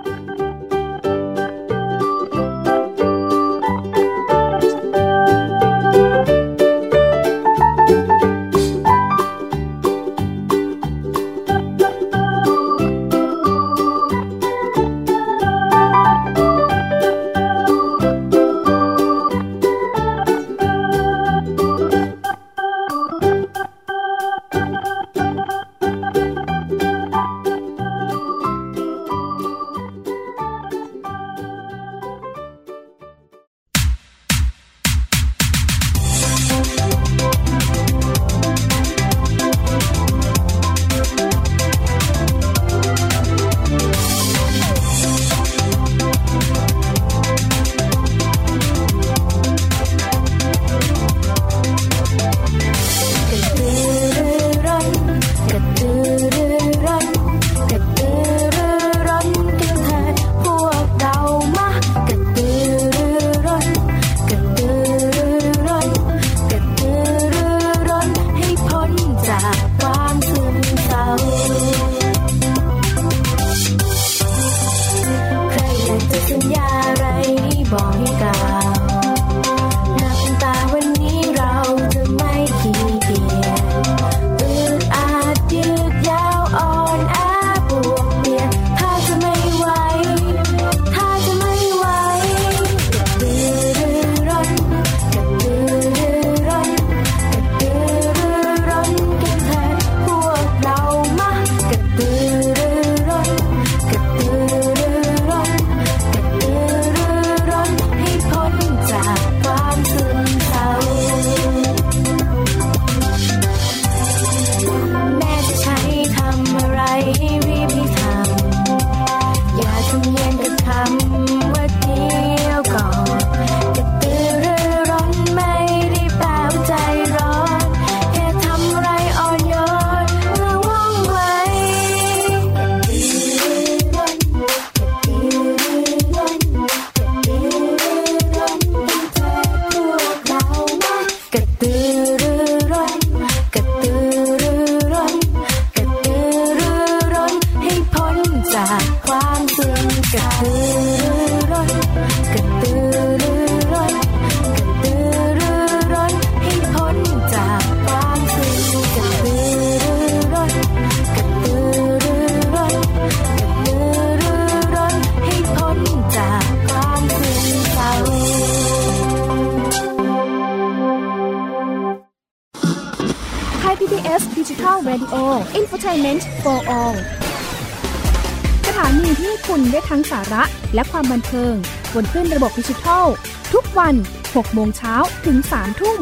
Digital Radio Infotainment for All สถานีที่คุณได้ทั้งสาระและความบันเทิงบนคลื่นระบบดิจิทัลทุกวัน 6 โมงเช้าถึง 3 ทุ่ม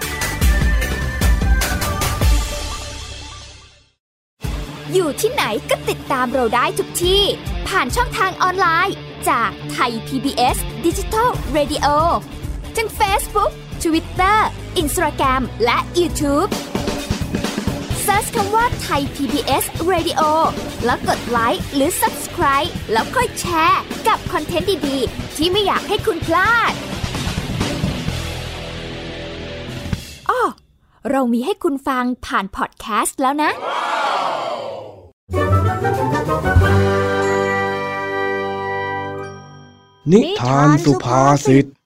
อยู่ที่ไหนก็ติดตามเราได้ทุกที่ผ่านช่องทางออนไลน์จากไทย PBS Digital Radio ทั้ง Facebook, Twitter, Instagram และ YouTubeเซิร์ชคำว่าไทย PBS Radio แล้วกดไลค์หรือ Subscribe แล้วค่อยแชร์กับคอนเทนต์ดีๆที่ไม่อยากให้คุณพลาดอ้อเรามีให้คุณฟังผ่านพอดแคสต์แล้วนะนิทานสุภาษิต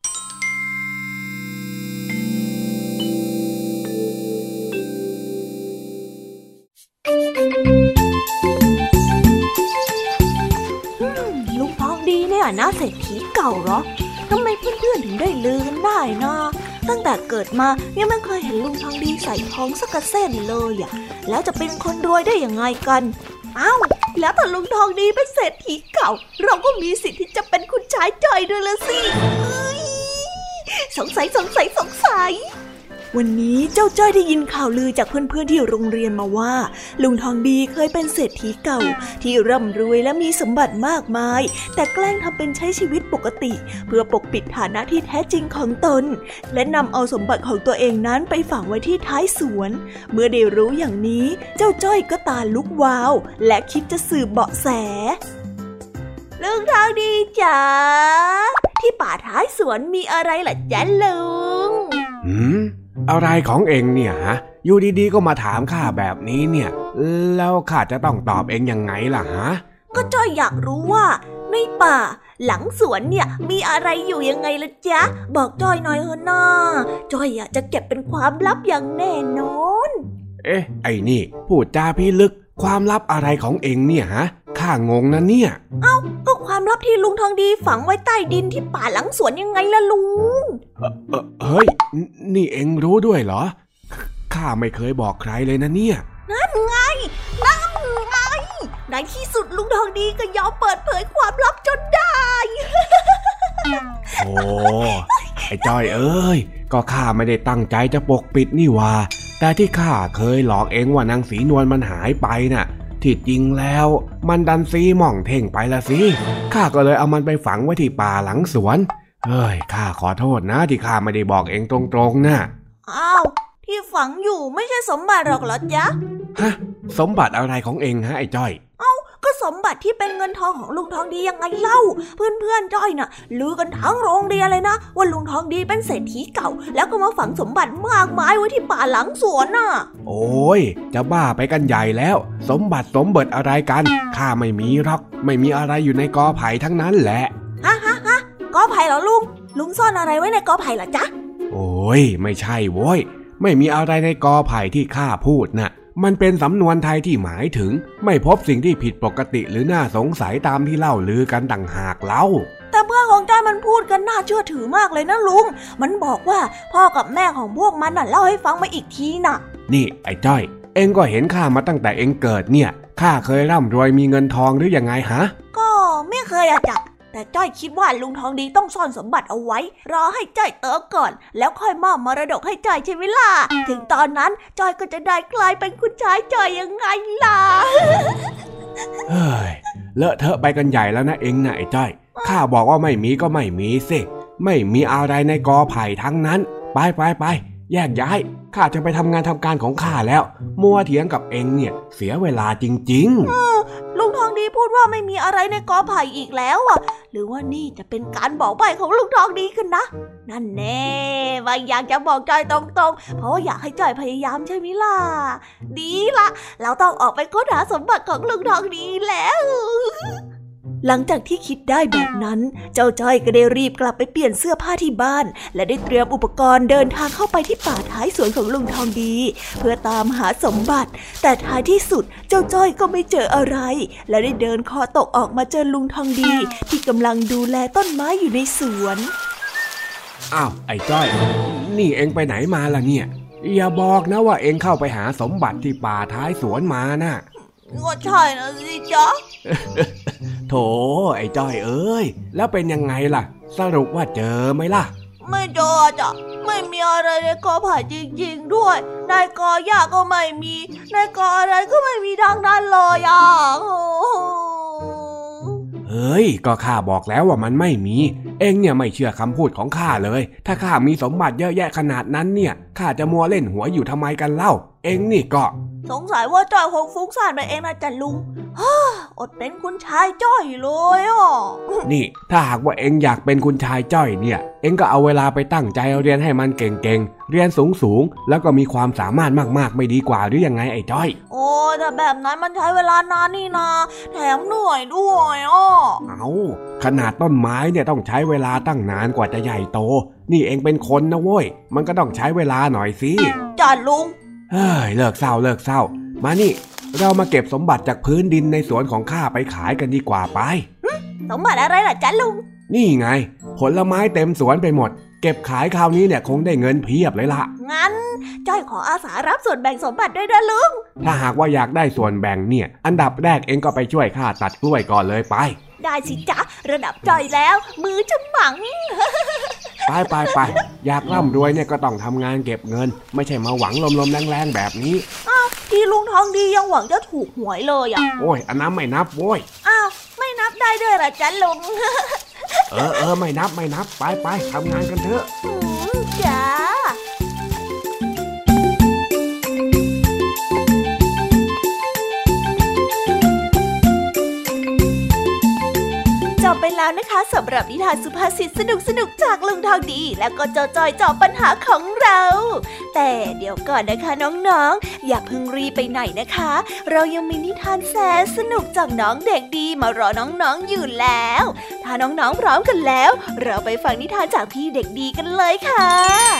ลุงทองดีเนี่ยนะเศรษฐีเก่าเหรอทำไมเพื่อนๆถึงได้ลือกันได้นะตั้งแต่เกิดมายังไม่เคยเห็นลุงทองดีใส่ทองสักกระเส้นเลยอ่ะแล้วจะเป็นคนรวยได้ยังไงกันอ้าวแล้วถ้าลุงทองดีเป็นเศรษฐีเก่าเราก็มีสิทธิ์ที่จะเป็นคุณชายจ้อยด้วยละสิสงสัยวันนี้เจ้าจ้อยได้ยินข่าวลือจากเพื่อนๆที่โรงเรียนมาว่าลุงทองดีเคยเป็นเศรษฐีเก่าที่ร่ำรวยและมีสมบัติมากมายแต่แกล้งทำเป็นใช้ชีวิตปกติเพื่อปกปิดฐานะที่แท้จริงของตนและนำเอาสมบัติของตัวเองนั้นไปฝังไว้ที่ท้ายสวนเมื่อได้รู้อย่างนี้เจ้าจ้อยก็ตาลุกวาวและคิดจะสืบเบาะแสลุงทองดีจ๋าที่ป่าท้ายสวนมีอะไรล่ะจ๊ะลุงอะไรของเองเนี่ยฮะอยู่ดีๆก็มาถามข้าแบบนี้เนี่ยแล้วข้าจะต้องตอบเองยังไงล่ะฮะก็จ้อยอยากรู้ว่าในป่าหลังสวนเนี่ยมีอะไรอยู่ยังไงล่ะจ๊ะบอกจ้อยหน่อยเถอะนะจ้อยอยากจะเก็บเป็นความลับอย่างแน่นอนไอ้นี่พูดจาพิลึกความลับอะไรของเองเนี่ยฮะข้างงนะเนี่ยก็ความลับที่ลุงทองดีฝังไว้ใต้ดินที่ป่าหลังสวนยังไงล่ะลุงเฮ้ยนี่เองรู้ด้วยเหรอข้าไม่เคยบอกใครเลยนะเนี่ยนั่นไงในที่สุดลุงทองดีก็ยอมเปิดเผยความลับจนได้โอ้ไอ้จ้อยเอ้ยก็ข้าไม่ได้ตั้งใจจะปกปิดนี่ว่าแต่ที่ข้าเคยหลอกเองว่านางสีนวลมันหายไปน่ะที่จริงแล้วมันดันซีหม่องเท่งไปละสิข้าก็เลยเอามันไปฝังไว้ที่ป่าหลังสวนเฮ้ยข้าขอโทษนะที่ข้าไม่ได้บอกเองตรงๆนะอ้าวที่ฝังอยู่ไม่ใช่สมบัติหรอกเหรอจ๊ะฮะสมบัติอะไรของเองฮะไอ้จ้อยก็สมบัติที่เป็นเงินทองของลุงทองดียังไงเล่าเพื่อนๆจ้อยน่ะลือกันทั้งโรงเรียนเลยนะว่าลุงทองดีเป็นเศรษฐีเก่าแล้วก็มาฝังสมบัติมากมายไว้ที่ป่าหลังสวนน่ะโอ้ยจะบ้าไปกันใหญ่แล้วสมบัติอะไรกันข้าไม่มีหรอกไม่มีอะไรอยู่ในกอไผ่ทั้งนั้นแหละฮะกอไผ่เหรอลุงซ่อนอะไรไว้ในกอไผ่ล่ะจ๊ะโอ้ยไม่ใช่โว้ยไม่มีอะไรในกอไผ่ที่ข้าพูดน่ะมันเป็นสำนวนไทยที่หมายถึงไม่พบสิ่งที่ผิดปกติหรือน่าสงสัยตามที่เล่าลือกันต่างหากเล่าแต่เพื่อนของจ้อยมันพูดกันน่าเชื่อถือมากเลยนะลุงมันบอกว่าพ่อกับแม่ของพวกมันน่ะเล่าให้ฟังมาอีกทีน่ะนี่ไอ้จ้อยเอ็งก็เห็นข้ามาตั้งแต่เอ็งเกิดเนี่ยข้าเคยร่ำรวยมีเงินทองหรือยังไงฮะก็ไม่เคยอะจ๊ะแต่จ้อยคิดว่าลุงทองดีต้องซ่อนสมบัติเอาไว้รอให้จ้อยเติบก่อนแล้วค่อยมอบมรดกให้จ้อยใช่ไหมล่ะถึงตอนนั้นจ้อยก็จะได้กลายเป็นคุณชายจ้อยยังไงล่ะเฮ้ยเลอะเทอะไปกันใหญ่แล้วนะเอ็งนะไอ้จ้อยข้าบอกว่าไม่มีก็ไม่มีสิไม่มีอะไรในกอไผ่ทั้งนั้นไปแยกย้ายข้าจะไปทำงานทำการของข้าแล้วมัวเถียงกับเอ็งเนี่ยเสียเวลาจริงๆลุงทองดีพูดว่าไม่มีอะไรในกอไผ่อีกแล้วอ่ะหรือว่านี่จะเป็นการบอกใบ้ของลุงทองดีกันนะนั่นแน่ว่าอยากจะบอกจ้อยตรงๆเพราะอยากให้จ้อยพยายามใช่ไหมล่ะดีละเราต้องออกไปค้นหาสมบัติของลุงทองดีแล้วหลังจากที่คิดได้แบบนั้นเจ้าจ้อยก็ได้รีบกลับไปเปลี่ยนเสื้อผ้าที่บ้านและได้เตรียมอุปกรณ์เดินทางเข้าไปที่ป่าท้ายสวนของลุงทองดีเพื่อตามหาสมบัติแต่ท้ายที่สุดเจ้าจ้อยก็ไม่เจออะไรและได้เดินคอตกออกมาเจอลุงทองดีที่กำลังดูแลต้นไม้อยู่ในสวนอ้าวไอ้จ้อยนี่เอ็งไปไหนมาล่ะเนี่ยอย่าบอกนะว่าเอ็งเข้าไปหาสมบัติที่ป่าท้ายสวนมาน่ะก็ใช่นะสิจ๊ะโถไอ้จ้อยเอ้ยแล้วเป็นยังไงล่ะสรุปว่าเจอไหมล่ะไม่เจอจ้ะไม่มีอะไรในกอไผ่จริงๆด้วยในกอหญ้าก็ไม่มีในกออะไรก็ไม่มีดังนั้นเลยอ่ะเฮ้ยก็ข้าบอกแล้วว่ามันไม่มีเอ็งเนี่ยไม่เชื่อคำพูดของข้าเลยถ้าข้ามีสมบัติเยอะแยะขนาดนั้นเนี่ยข้าจะมัวเล่นหัวอยู่ทำไมกันเล่าเอ็งนี่ก็สงสัยว่าจ้อยคงฟุ้งซ่านไปเองนะจ๊ะลุงอดเป็นคุณชายจ้อยเลยอ่ะนี่ถ้าหากว่าเอ็งอยากเป็นคุณชายจ้อยเนี่ยเอ็งก็เอาเวลาไปตั้งใจเรียนให้มันเก่งๆเรียนสูงๆแล้วก็มีความสามารถมากๆไม่ดีกว่าหรือยังไงไอ้จ้อยโอ้แต่แบบนั้นมันใช้เวลานานนี่นาแถมเหนื่อยด้วยอ่ะเอาขนาดต้นไม้เนี่ยต้องใช้เวลาตั้งนานกว่าจะใหญ่โตนี่เอ็งเป็นคนนะเว้ยมันก็ต้องใช้เวลาหน่อยสิจ้ะลุงเฮ้ยเลิกเศร้ามานี่เรามาเก็บสมบัติจากพื้นดินในสวนของข้าไปขายกันดีกว่าไปสมบัติอะไรล่ะจ๊ะลุงนี่ไงผลไม้เต็มสวนไปหมดเก็บขายคราวนี้เนี่ยคงได้เงินเพียบเลยล่ะงั้นจ้อยขออาสารับส่วนแบ่งสมบัติด้วยนะลุงถ้าหากว่าอยากได้ส่วนแบ่งเนี่ยอันดับแรกเองก็ไปช่วยข้าตัดกล้วยก่อนเลยไปได้สิจ๊ะระดับจ้อยแล้วมือจะหมั่งไปอยากร่ำรวยเนี่ยก็ต้องทำงานเก็บเงินไม่ใช่มาหวังลมๆแรงๆแบบนี้อ้าวที่ลุงทองดียังหวังจะถูกหวยเลยอ่ะโอ้ยอันนั้นไม่นับโว้ยอ้าวไม่นับได้ด้วยเหรอจ๊ะลุงไม่นับไปทำงานกันเถอะจ้าจบไปแล้วนะคะสำหรับนิทานสุภาษิตสนุกจากลุงทองดีแล้วก็เจ้าจ้อยจอบปัญหาของเราแต่เดี๋ยวก่อนนะคะน้องๆอย่าเพิ่งรีบไปไหนนะคะเรายังมีนิทานแสนสนุกจากน้องเด็กดีมารอน้องๆอยู่แล้วถ้าน้องๆพร้อมกันแล้วเราไปฟังนิทานจากพี่เด็กดีกันเลยค่ะ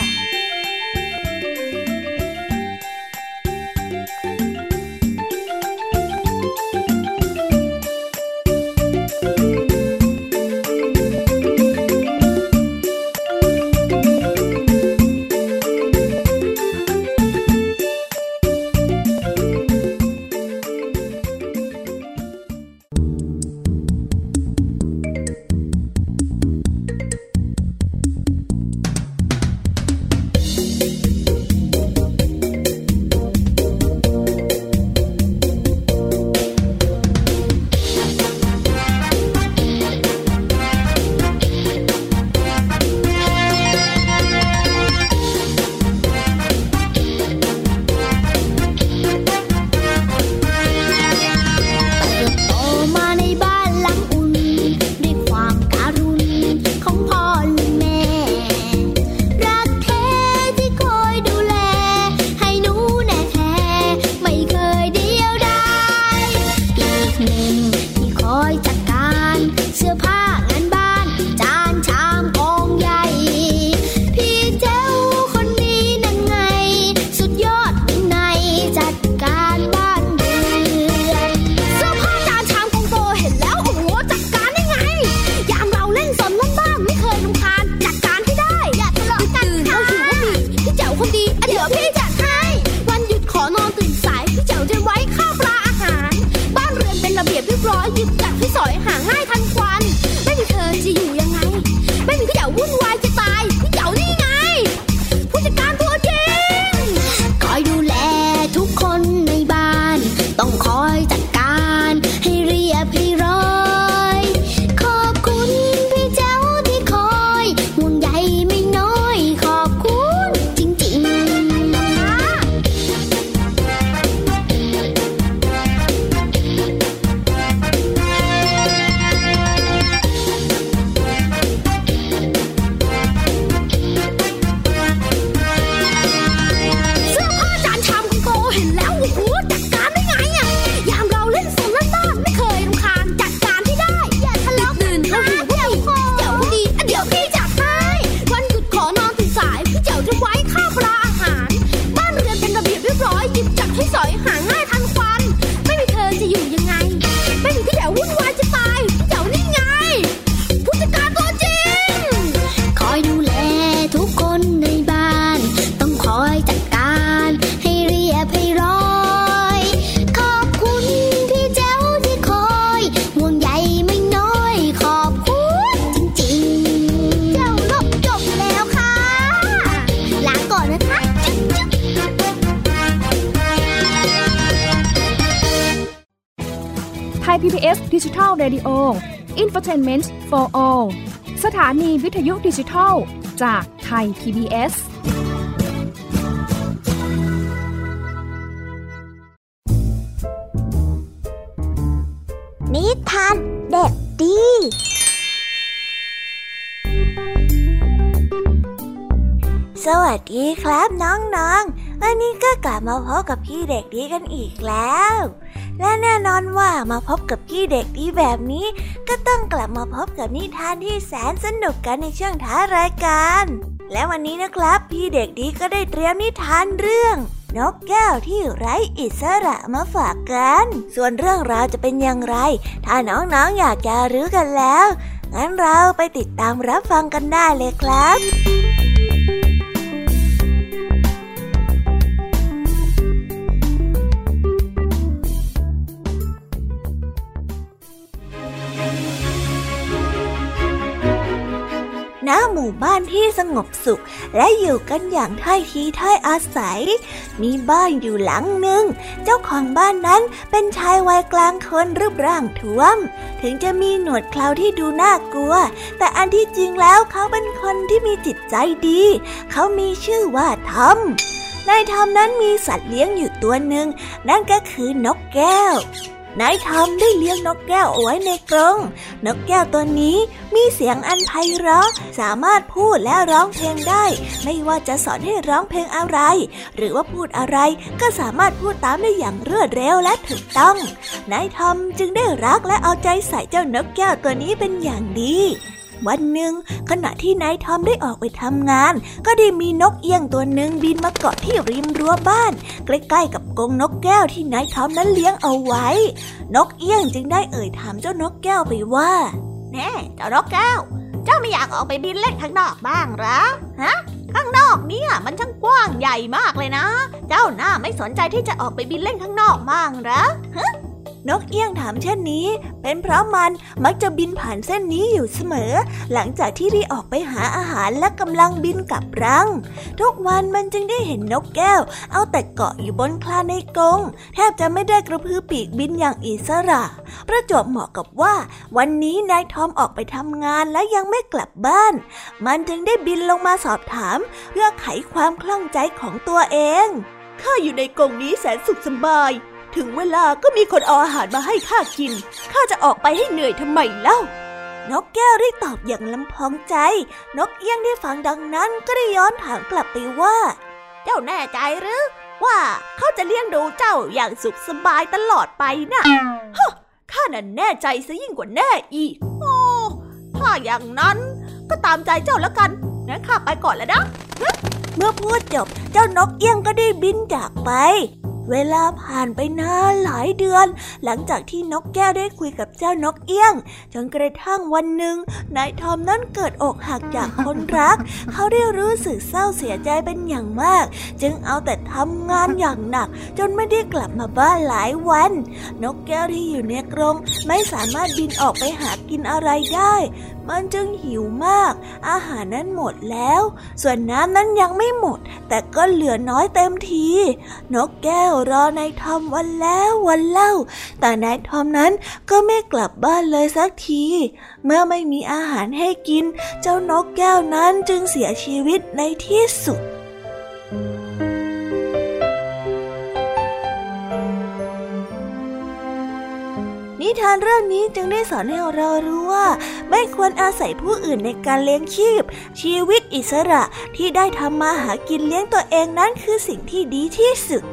PBS Digital Radio Infotainment for All สถานีวิทยุดิจิทัลจากไทย PBS นิทานเด็กดีสวัสดีครับน้องๆวันนี้ก็กลับมาพบกับพี่เด็กดีกันอีกแล้วและแน่นอนว่ามาพบกับพี่เด็กดีแบบนี้ก็ต้องกลับมาพบกับนิทานที่แสนสนุกกันในช่วงท้ายรายการและวันนี้นะครับพี่เด็กดีก็ได้เตรียมนิทานเรื่องนกแก้วที่ไร้อิสระมาฝากกันส่วนเรื่องราวจะเป็นอย่างไรถ้าน้องๆอยากจะรู้กันแล้วงั้นเราไปติดตามรับฟังกันได้เลยครับณหมู่บ้านที่สงบสุขและอยู่กันอย่างถ้อยทีถ้อยอาศัยมีบ้านอยู่หลังหนึ่งเจ้าของบ้านนั้นเป็นชายวัยกลางคนรูปร่างท้วมถึงจะมีหนวดเคราที่ดูน่ากลัวแต่อันที่จริงแล้วเขาเป็นคนที่มีจิตใจดีเขามีชื่อว่าทอมนายทอมนั้นมีสัตว์เลี้ยงอยู่ตัวหนึ่งนั่นก็คือนกแก้วนายทอมได้เลี้ยงนกแก้วเอาไว้ในกรงนกแก้วตัวนี้มีเสียงอันไพเราะสามารถพูดและร้องเพลงได้ไม่ว่าจะสอนให้ร้องเพลงอะไรหรือว่าพูดอะไรก็สามารถพูดตามได้อย่างรวดเร็วและถูกต้องนายทอมจึงได้รักและเอาใจใส่เจ้านกแก้วตัวนี้เป็นอย่างดีวันหนึ่งขณะที่นายทอมได้ออกไปทำงานก็ได้มีนกเอี้ยงตัวหนึ่งบินมาเกาะที่ริมรั้วบ้านใกล้ๆกับกรงนกแก้วที่นายทอมนั้นเลี้ยงเอาไว้นกเอี้ยงจึงได้เอ่ยถามเจ้านกแก้วไปว่าแน่เจ้านกแก้วเจ้าไม่อยากออกไปบินเล่นข้างนอกบ้างหรอฮะข้างนอกเนี่ยมันช่างกว้างใหญ่มากเลยนะเจ้าน่าไม่สนใจที่จะออกไปบินเล่นข้างนอกบ้างหรอฮะนกเอี้ยงถามเช่นนี้เป็นเพราะมันมักจะบินผ่านเส้นนี้อยู่เสมอหลังจากที่ได้ออกไปหาอาหารและกำลังบินกลับรังทุกวันมันจึงได้เห็นนกแก้วเอาแต่เกาะอยู่บนคลาในกรงแทบจะไม่ได้กระพือปีกบินอย่างอิสระประจวบเหมาะกับว่าวันนี้นายทอมออกไปทำงานและยังไม่กลับบ้านมันจึงได้บินลงมาสอบถามเพื่อไขความคล่องใจของตัวเองข้าอยู่ในกรงนี้แสนสุขสบายถึงเวลาก็มีคนเอาอาหารมาให้ข้ากินข้าจะออกไปให้เหนื่อยทำไมเล่านกแก้วได้ตอบอย่างลำพองใจนกเอี้ยงได้ฟังดังนั้นก็ได้ย้อนถามกลับไปว่าเจ้าแน่ใจหรือว่าเขาจะเลี้ยงดูเจ้าอย่างสุขสบายตลอดไปนะฮะข้าน่ะแน่ใจซะยิ่งกว่าแน่อีกโอ้ถ้าอย่างนั้นก็ตามใจเจ้าแล้วกันงั้นข้าไปก่อนแล้วนะเมื่อพูดจบเจ้านกเอี้ยงก็ได้บินจากไปเวลาผ่านไปนานหลายเดือนหลังจากที่นกแก้วได้คุยกับเจ้านกเอี้ยงจนกระทั่งวันหนึ่งนายทอมนั้นเกิดอกหักจากคนรักเขาได้รู้สึกเศร้าเสียใจเป็นอย่างมากจึงเอาแต่ทำงานอย่างหนักจนไม่ได้กลับมาบ้านหลายวันนกแก้วที่อยู่ในกรงไม่สามารถบินออกไปหากินอะไรได้มันจึงหิวมากอาหารนั้นหมดแล้วส่วนน้ำนั้นยังไม่หมดแต่ก็เหลือน้อยเต็มทีนกแก้วรอนายทอมวันแล้ววันเล่าแต่นายทอมนั้นก็ไม่กลับบ้านเลยสักทีเมื่อไม่มีอาหารให้กินเจ้านกแก้วนั้นจึงเสียชีวิตในที่สุดนิทานเรื่องนี้จึงได้สอนให้เรารู้ว่าไม่ควรอาศัยผู้อื่นในการเลี้ยงชีพชีวิตอิสระที่ได้ทำมาหากินเลี้ยงตัวเองนั้นคือสิ่งที่ดีที่สุด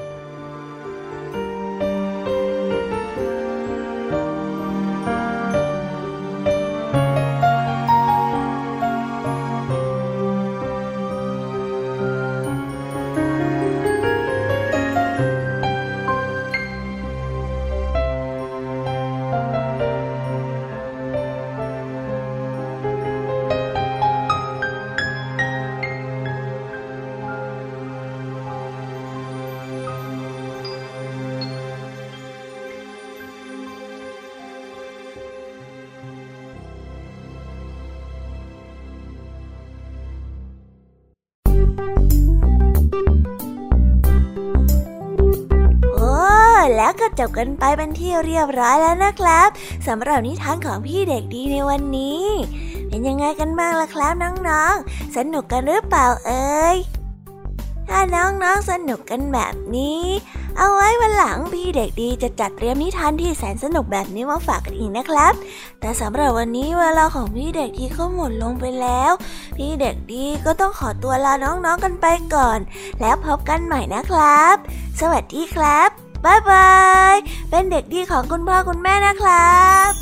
แล้วก็จบกันไปเป็นที่เรียบร้อยแล้วนะครับสำหรับนิทานของพี่เด็กดีในวันนี้เป็นยังไงกันบ้างล่ะครับน้องๆสนุกกันหรือเปล่าเอ่ยถ้าน้องๆสนุกกันแบบนี้เอาไว้วันหลังพี่เด็กดีจะจัดเตรียมนิทานที่แสนสนุกแบบนี้มาฝากกันอีกนะครับแต่สำหรับวันนี้เวลาของพี่เด็กดีก็หมดลงไปแล้วพี่เด็กดีก็ต้องขอตัวลาน้องๆกันไปก่อนแล้วพบกันใหม่นะครับสวัสดีครับบ๊ายบายเป็นเด็กดีของคุณพ่อคุณแม่นะครับ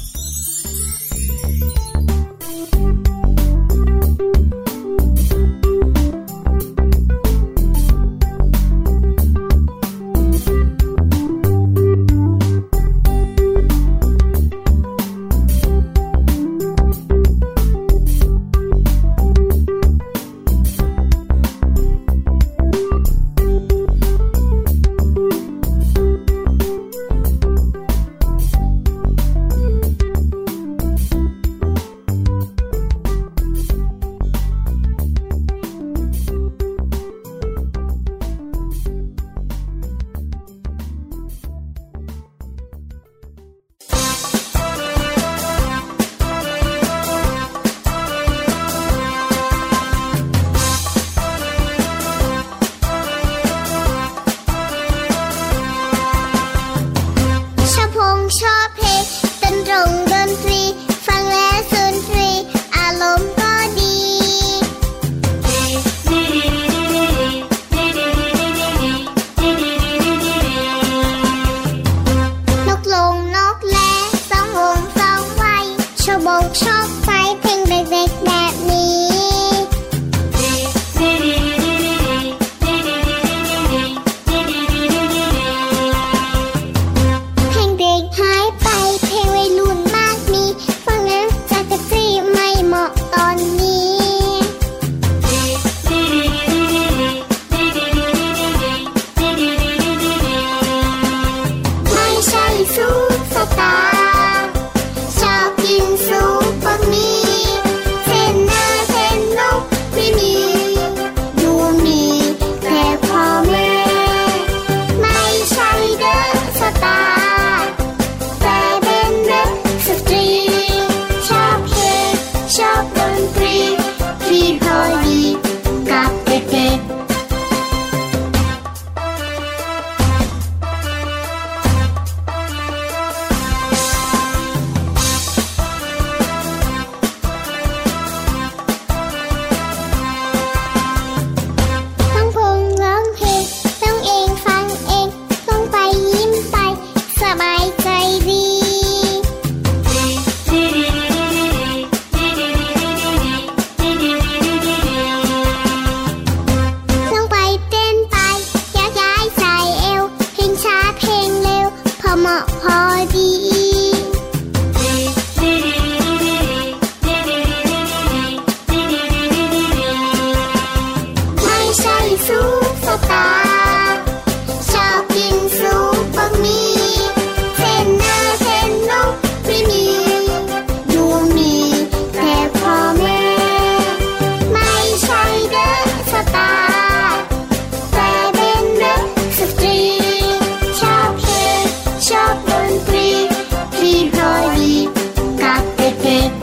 บงชอบใจเพลงเด็กๆแบบนี้เพลงเด็กหายไปเพลงวัยรุ่นมากมีฟังแล้วจักรจี้ไม่เหมาะตอนนี้ไม่ใช่ซุปสตาร์ชอบกินซุปบะหมี่เส้นหน้าเส้นนกไม่มีดูมีแต่พ่อแม่ไม่ใช่เดอะสตาร์แต่เป็นเดอะสตรีชอบเพลงชอบดนตรีที่พอดีกับเด็กๆต้องพงร้องเพลงต้องเองฟังเองต้องไปยิ้มไปสบายใจดีต้องไปเต้นไปย้ายย้ายใส่เอวเพลงช้าเพลงเร็วพอเหมาะพอดีไม่ใช่ซุปสตาร์ชอบกินซุปบะหมี่เส้นหน้าเส้นนกไม่มีดูมีแต่พ่อแม่ไม่ใช่เดอะสตาร์แต่เป็นเดอะสตรีชอบเพลงชอบดนตรีที่พอดีกับเด็กๆ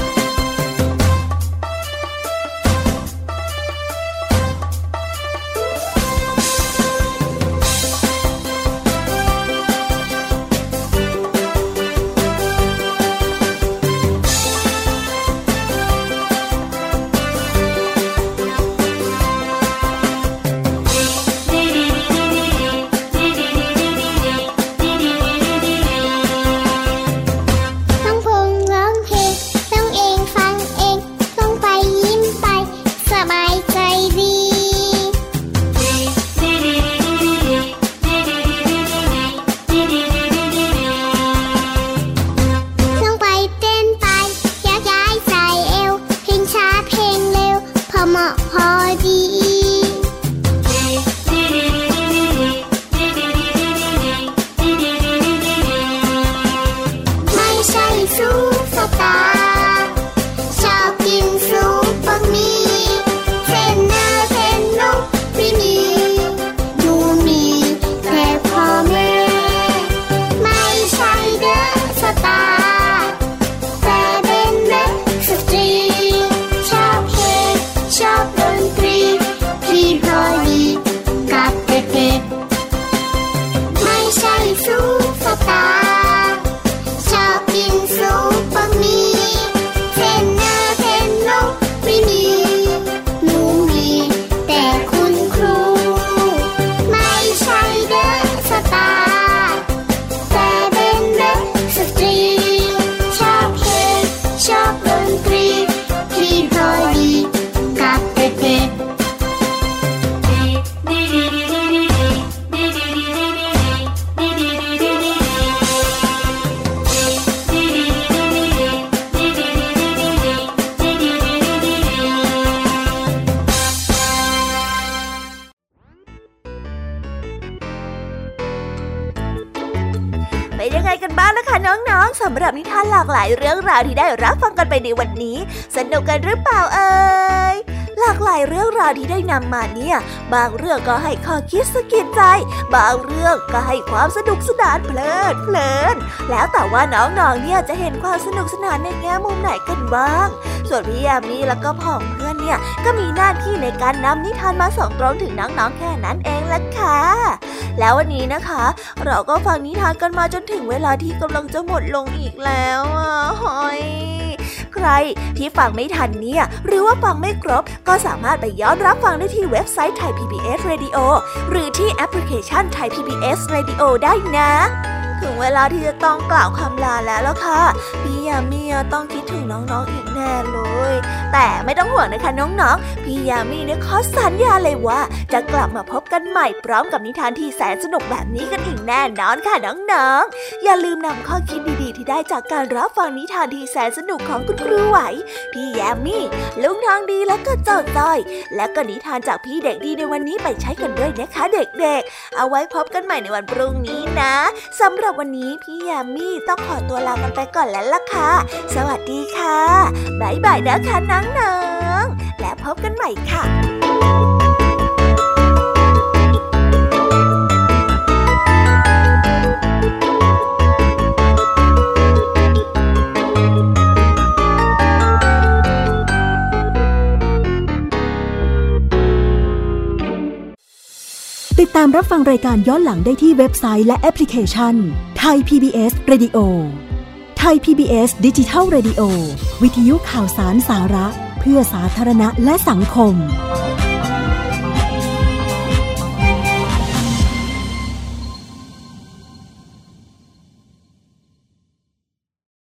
ต้องพงร้องเพลงต้องเองฟังเองต้องไปยิ้มไปสบายใจดีต้องไปเต้นไปย้ายย้ายใส่เอวเพลงช้าเพลงเร็วพอเหมาะพอดีไม่ใช่ซุปสตาร์ชอบกินซุปบะหมี่เส้นหน้าเส้นนกไม่มีดูมีแต่พ่อแม่ไม่ใช่เดอะสตาร์แต่เป็นเดอะสตรีชอบเพลงชอบดนตรีที่พอดีกับเด็กๆไม่ใช่ซุปสตาร์ชอบกินซุปบะหมี่เส้นหน้าเส้นนกไม่มีหนูมีแต่คุณครูไม่ใช่เดอะสตาร์แต่เป็นเดอะสตรีชอบเพลงชอบดนตรีที่พอดีกับเด็กๆเป็นยังไงกันบ้างนะคะน้องๆสำหรับนิทานหลากหลายเรื่องราวที่ได้รับฟังกันไปในวันนี้สนุกกันหรือเปล่าเอ่ยหลากหลายเรื่องราวที่ได้นำมาเนี่ยบางเรื่องก็ให้ข้อคิดสะกิดใจบางเรื่องก็ให้ความสนุกสนานเพลินแล้วแต่ว่าน้องๆเนี่ยจะเห็นความสนุกสนานในแง่มุมไหนกันบ้างส่วนพี่ยามีแล้วก็พ่องเพื่อนเนี่ยก็มีหน้าที่ในการนำนิทานมาส่งตรงถึงน้องๆแค่นั้นเองล่ะค่ะแล้ววันนี้นะคะเราก็ฟังนิทานกันมาจนถึงเวลาที่กำลังจะหมดลงอีกแล้วหอยใครที่ฟังไม่ทันเนี่ยหรือว่าฟังไม่ครบก็สามารถไปย้อนรับฟังได้ที่เว็บไซต์ Thai PBS Radio หรือที่แอปพลิเคชัน Thai PBS Radio ได้นะถึงเวลาที่จะต้องกล่าวคำลาแล้วล่ะค่ะพี่ยามีต้องคิดถึงน้องๆอีกแน่เลยแต่ไม่ต้องห่วงนะคะน้องๆพี่ยามีเนี่ยขอสัญญาเลยว่าจะกลับมาพบกันใหม่พร้อมกับนิทานที่แสนสนุกแบบนี้กันอีกแน่นอนค่ะน้องๆอย่าลืมนำข้อคิดดีๆที่ได้จากการรับฟังนิทานที่แสนสนุกของคุณครูไหวพี่ยามีลุงทองดีและก็เจ้าจ้อยและก็นิทานจากพี่เด็กดีในวันนี้ไปใช้กันด้วยนะคะเด็กๆเอาไว้พบกันใหม่ในวันพรุ่งนี้นะสำหรับวันนี้พี่ยามีต้องขอตัวลากันไปก่อนแล้วล่ะค่ะสวัสดีค่ะบ๊ายบายนะคะน้องๆและพบกันใหม่ค่ะติดตามรับฟังรายการย้อนหลังได้ที่เว็บไซต์และแอปพลิเคชัน Thai PBS Radio Thai PBS Digital Radio วิทยุข่าวสารสาระเพื่อสาธารณะและสังคม